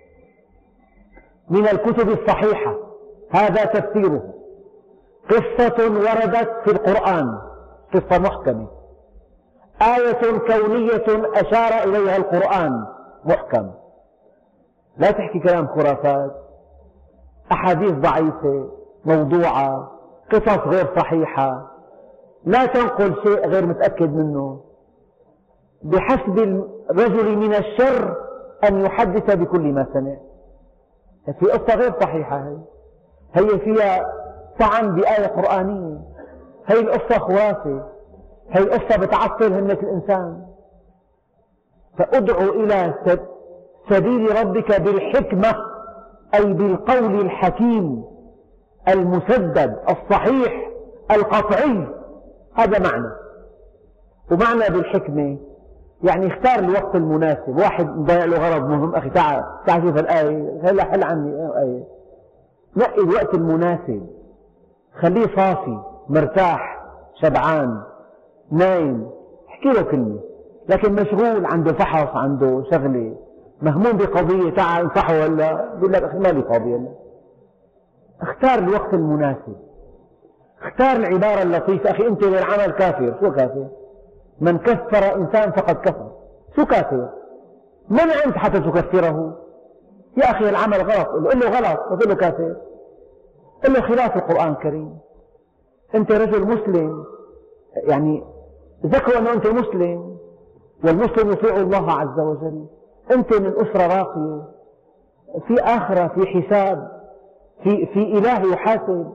من الكتب الصحيحة، هذا تفسيره. قصة وردت في القرآن، قصة محكمة. آية كونية أشار إليها القرآن، محكم. لا تحكي كلام خرافات، أحاديث ضعيفة موضوعة، قصص غير صحيحة، لا تنقل شيء غير متأكد منه. بحسب الرجل من الشر أن يحدث بكل ما سمع. في قصة غير صحيحة، هي فيها طعن بآية قرآنية، هي القصة خرافة، هي القصة بتعطل همة الإنسان. فادعو إلى سبيل ربك بالحكمة، أي بالقول الحكيم، المسدد الصحيح القطعي، هذا معنى. ومعنى بالحكمة يعني اختار الوقت المناسب. واحد ضيع له غرض مهم، أخي تعال شوف الآية، هلا حل عني آية. نقي الوقت المناسب، خليه صافي مرتاح شبعان نايم، احكي له كلمة. لكن مشغول، عنده فحص، عنده شغلة، مهموم بقضية، تعال انصحه هلا، بيقول لك أخي مالي فاضي هلا. اختار الوقت المناسب، اختار العبارة اللطيفة. أخي أنت للعمل كافر. شو كافر؟ من كفر إنسان فقد كفر. شو كافر؟ من أنت حتى تكفره؟ يا أخي العمل غلط، قل له غلط، وتقول له كافر. قل له خلاف القرآن الكريم. أنت رجل مسلم، يعني ذكر أنه أنت مسلم، والمسلم يطيع الله عز وجل. أنت من أسرة راقية، في آخرة، في حساب، في إله يحاسب.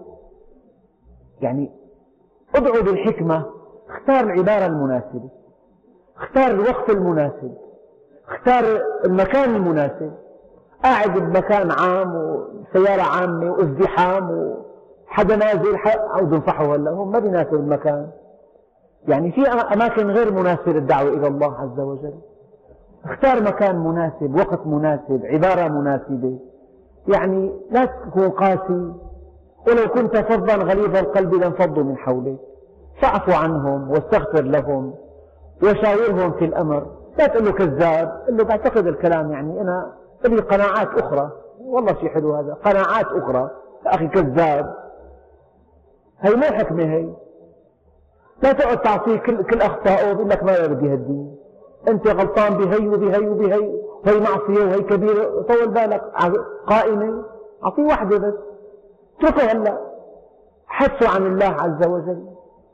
يعني ادعو بالحكمة، اختار العبارة المناسبة، اختار الوقت المناسب، اختار المكان المناسب. قاعد بمكان عام وسيارة عامة وازدحام وحدا نازل عاوز انصحه هلا، هو ما بيناسب المكان. يعني في أماكن غير مناسبة للدعوة إلى الله عز وجل. اختار مكان مناسب، وقت مناسب، عبارة مناسبة. يعني لا تكون قاسي، ولو كنت فظا غليظ القلب لانفضوا من حولك. فاعف عنهم واستغفر لهم وشاورهم في الأمر. لا تقول له كذاب، قل له بعتقد الكلام، يعني أنا لي قناعات أخرى. والله شيء حلو هذا، قناعات أخرى. يا أخي كذاب، هي مو حكمة هي. لا تقعد تعطيه كل أخطائه ويقول لك ما بدي هديه، أنت غلطان بهي وبهي وبهي، وهي معصية وهي كبيرة. طول بالك، قائمة أعطيه واحدة بس، اتركه هلا، حدثه عن الله عز وجل.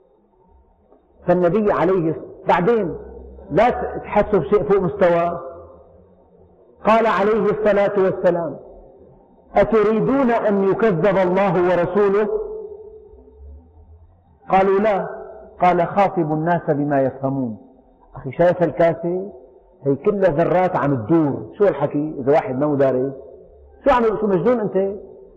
فالنبي عليه بعدين لا تحسوا بشيء فوق مستواه. قال عليه الصلاة والسلام: أتريدون أن يكذب الله ورسوله؟ قالوا لا. قال: خاطبوا الناس بما يفهمون. أخي شايف الكاسة هي كلها ذرات عم تدور. شو الحكي إذا واحد ما دارس؟ شو مجنون أنت؟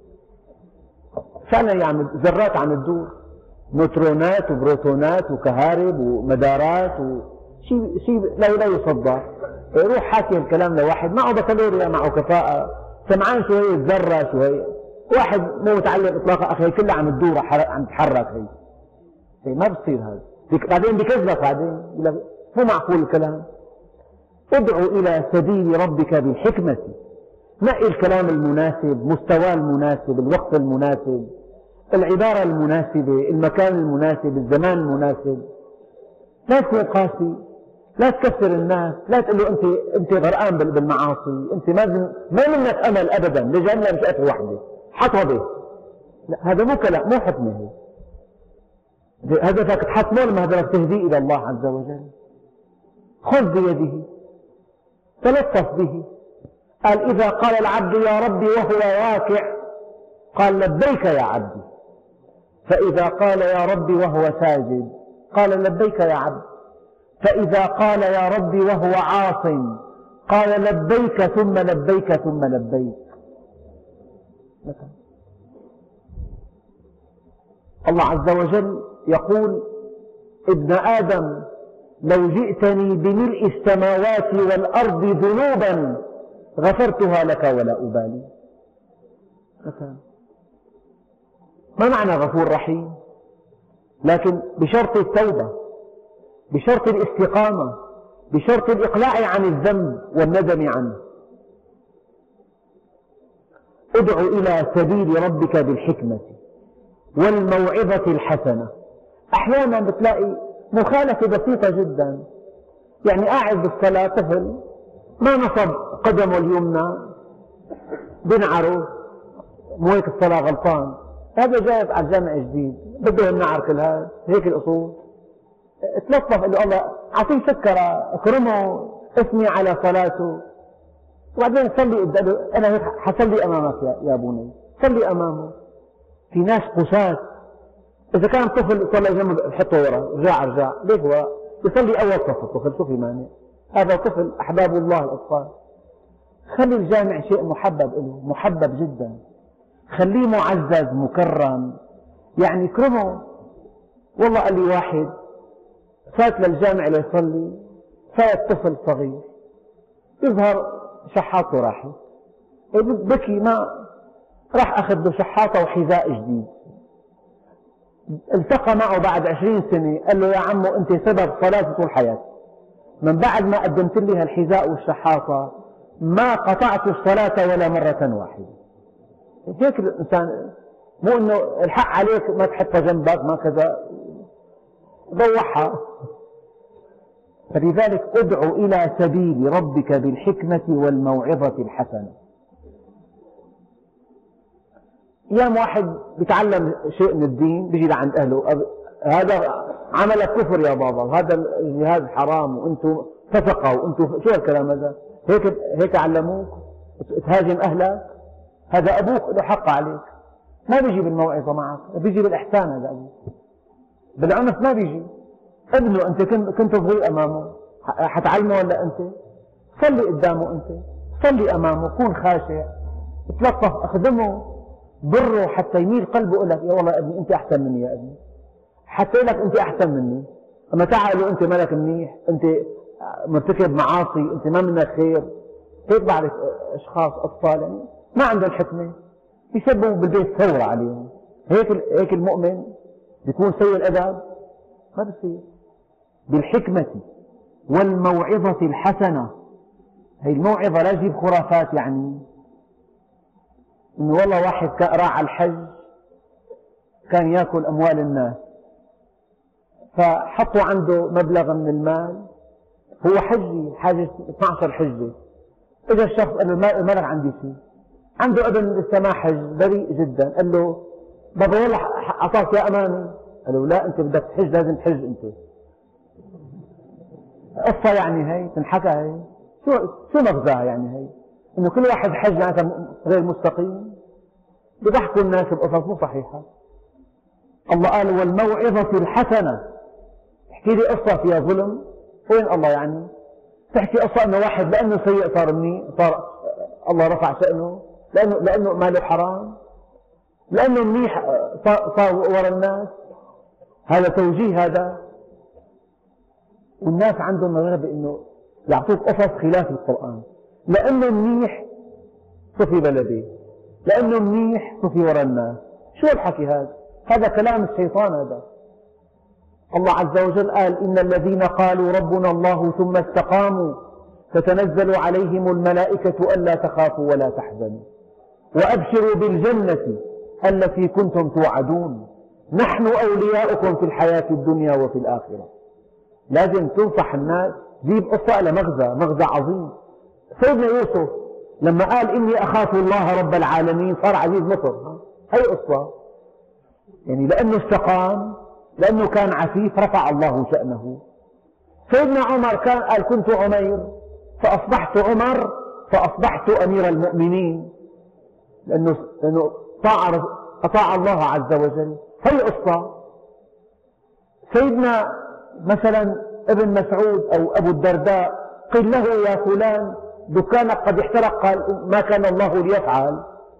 فعلا يعني ذرات عم تدور، نوترونات وبروتونات وكهارب ومدارات شيء لا يصدق. يروح حاكي الكلام لواحد معه بكالوريا، معه كفاءة، سمعان شو هي الذرة، شو هي. واحد مو متعلم إطلاقا، أخي كلها عم تدور، عم تتحرك. هي ما بتصير هذا. بعدين بكذبك، بعدين مو معقول الكلام. ادعو إلى سبيل ربك بالحكمة، نقي الكلام المناسب، مستوى المناسب، الوقت المناسب، العبارة المناسبة، المكان المناسب، الزمان المناسب. لا تكون قاسي، لا تكفر الناس، لا تقول له أنت غرقان بالمعاصي، أنت ما منك أمل أبدا لجنة مش قتل وحدة حطبة. لا، هذا مو كلام، مو حكمة. هدفك تحكمه لما هدفك تهدي إلى الله عز وجل. خذ بيده، تلطف به. قال: إذا قال العبد يا ربي وهو واقع، قال: لبيك يا عبدي. فإذا قال يا ربي وهو ساجد، قال: لبيك يا عبد. فإذا قال يا ربي وهو عاص، قال: لبيك ثم لبيك ثم لبيك. الله عز وجل يقول: ابن آدم لو جئتني بملء السماوات والأرض ذنوبا غفرتها لك ولا أبالي. ما معنى غفور رحيم؟ لكن بشرط التوبة، بشرط الاستقامة، بشرط الإقلاع عن الذنب والندم عنه. ادع إلى سبيل ربك بالحكمة والموعظة الحسنة. أحيانا بتلاقي مخالفة بسيطة جدا، يعني قاعد بالصلاة طفل ما نصب قدمه اليمنى بنعره، مو هيك الصلاة غلطان. هذا جاي على الجامع جديد بده النعر كل هذا، هيك الأصول. تلطف، قال له الله أعطيه سكرة، اكرمه، اثني على صلاته، وبعدين صلي قدامه. أنا هيك حصلي أمامك يا بني، صلي أمامه. في ناس قساة، إذا كان طفل صلى جنب حطه ورا، رجع ليش ورا؟ يصلي أول صف الطفل، شو في مانع؟ هذا طفل أحباب الله الأطفال. خلي الجامع شيء محبب له، محبب جدا. خليه معزز مكرم، يعني اكرمه. والله قال لي واحد فات للجامع ليصلي، فات طفل صغير يظهر شحاطه راحت، بكي، ما راح أخذ له شحاطة وحذاء جديد. التقى معه بعد 20 سنة قال له يا عمو أنت سبب صلاتي طول حياتي، من بعد ما قدمت لي هالحذاء والشحاطة ما قطعت الصلاة ولا مرة واحدة. هيك الإنسان، مو إنه الحق عليك ما تحطها جنبك ما كذا، ضوحها. فلذلك ادعو إلى سبيل ربك بالحكمة والموعظة الحسنة. أيام واحد بيتعلم شيء من الدين بيجي لعند أهله، هذا عمل كفر يا بابا، هذا الجهاد حرام وأنتم فسقة وأنتم شو الكلام هذا؟ هيك علموك تهاجم أهلك؟ هذا أبوك له حق عليك، ما بيجي بالموعظة معك، بيجي بالإحسان. هذا أبوك بالعنف ما بيجي. ابنه أنت كنت صغير أمامه، حتعلمه ولا أنت؟ صلي قدامه، أنت صلي أمامه، كون خاشع، تلطف، أخدمه، بره حتى يميل قلبه يقول لك يا والله يا ابني أنت أحسن مني، يا ابني حتى يقول لك أنت أحسن مني. أما تعالوا أنت مالك منيح، أنت مرتكب معاصي، أنت ما منك خير. هيك بعرف أشخاص أطفال يعني ما عندهم حكمة، يسببوا بالبيت ثورة عليهم. هيك المؤمن بيكون سيء الأدب؟ ما بصير. بالحكمة والموعظة الحسنة. هي الموعظة لا تجيب خرافات، يعني إنه والله واحد راح على الحج كان يأكل أموال الناس، فحطوا عنده مبلغ من المال، هو حجي حاجز 12 حجة. إجا الشخص قال له ما لك عندي شيء، عنده ابن لسه ما حج بريء جدا، قال له بابا والله أعطاك يا أماني. قال له لا، أنت بدك تحج لازم تحج أنت. قصة يعني هي تنحكى، هي شو مغزاها يعني؟ هي إنه كل واحد حج معناتها غير مستقيم، بيضحكوا الناس بقصص مو صحيحة. الله قال والموعظة الحسنة. احكي لي قصة فيها ظلم، وين الله يعني؟ تحكي قصة إنه واحد لأنه سيء صار منيح، صار الله رفع شأنه، لأنه ماله حرام، لأنه منيح صار ورا الناس. هذا توجيه هذا. والناس عندهم رغبة إنه يعطوك قصص خلاف القرآن، لأنه منيح صفي بلدي، لأنه منيح صفي ورا الناس. شو الحكي هذا؟ هذا كلام الشيطان. هذا الله عز وجل قال إن الذين قالوا ربنا الله ثم استقاموا تتنزل عليهم الملائكة ألا تخافوا ولا تحزنوا وأبشروا بالجنة التي كنتم توعدون نحن أولياؤكم في الحياة الدنيا وفي الآخرة. لازم تنصح الناس، جيب قصة مغزى عظيم. سيدنا يوسف لما قال إني أخاف الله رب العالمين صار عزيز مصر، هي قصة يعني لأنه استقام، لأنه كان عفيف رفع الله شأنه. سيدنا عمر كان قال كنت عمير فأصبحت عمر فأصبحت أمير المؤمنين، لأنه أطاع الله عز وجل. هي قصة. سيدنا مثلا ابن مسعود أو أبو الدرداء قيل له يا فلان دكانك قد احترق، قال ما كان الله ليفعل.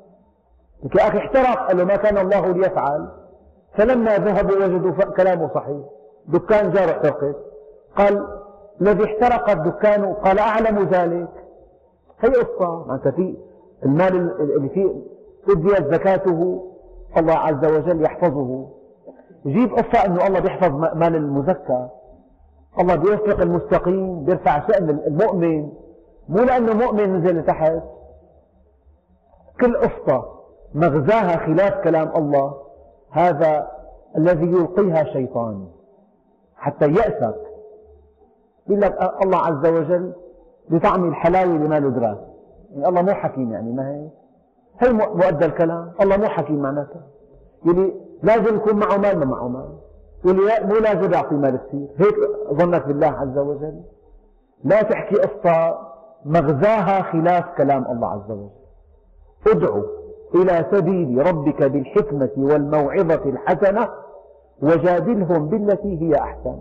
يا أخي احترق، قال له ما كان الله ليفعل. فلما ذهبوا وجدوا كلامه صحيح، دكان جاره احترقت. قال الذي احترق الدكان قال أعلم ذلك. هي قصة. معناتها في المال اللي فيه أديت زكاته الله عز وجل يحفظه. جيب قصة أنه الله بيحفظ مال المزكى، الله بيوفق المستقيم، بيرفع شأن المؤمن، مو لأنه مؤمن نزل لتحت. كل قصة مغزاها خلاف كلام الله، هذا الذي يلقيها شيطان حتى يأسك. يقول لك الله عز وجل بطعم الحلاوة لما له دراس، يعني الله مو حكيم، يعني ما هي مؤدى الكلام. الله مو حكيم معناته يلي لازم يكون معه مال ما معه مال، واللي مو لازم يعطي مال كثير. هيك ظنك بالله عز وجل. لا تحكي قصة مغزاها خلاف كلام الله عز وجل. ادعو إلى سبيل ربك بالحكمة والموعظة الحسنة وجادلهم بالتي هي أحسن.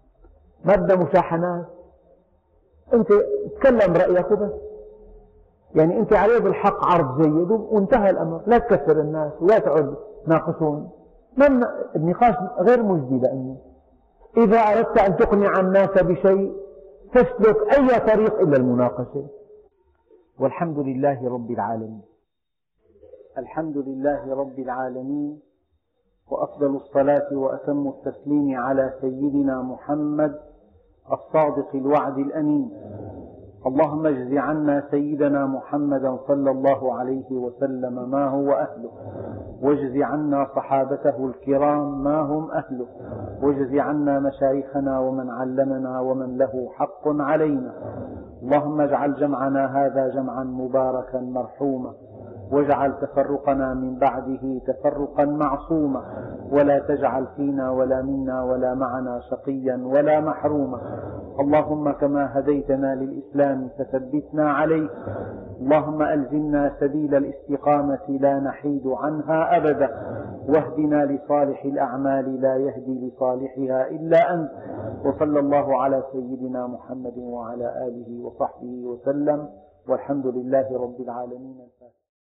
ما بدنا مشاحنات، أنت تكلم رأيك وبس. يعني أنت عليه بالحق عرض جيد وانتهى الأمر، لا تكسر الناس ولا تعد ناقصون. النقاش غير مجدي، لأنه إذا أردت أن تقنع الناس بشيء تسلك أي طريق إلا المناقشة. والحمد لله رب العالمين. الحمد لله رب العالمين، وأفضل الصلاة وأتم التسليم على سيدنا محمد الصادق الوعد الأمين. اللهم اجز عنا سيدنا محمدا صلى الله عليه وسلم ما هو أهله، واجز عنا صحابته الكرام ما هم أهله، واجز عنا مشايخنا ومن علمنا ومن له حق علينا. اللهم اجعل جمعنا هذا جمعا مباركا مرحوما، واجعل تفرقنا من بعده تفرقا معصوما، ولا تجعل فينا ولا منا ولا معنا شقيا ولا محروما. اللهم كما هديتنا للإسلام فثبتنا عليه، اللهم ألزمنا سبيل الاستقامة لا نحيد عنها أبدا، واهدنا لصالح الأعمال لا يهدي لصالحها إلا أنت. وصلى الله على سيدنا محمد وعلى آله وصحبه وسلم، والحمد لله رب العالمين.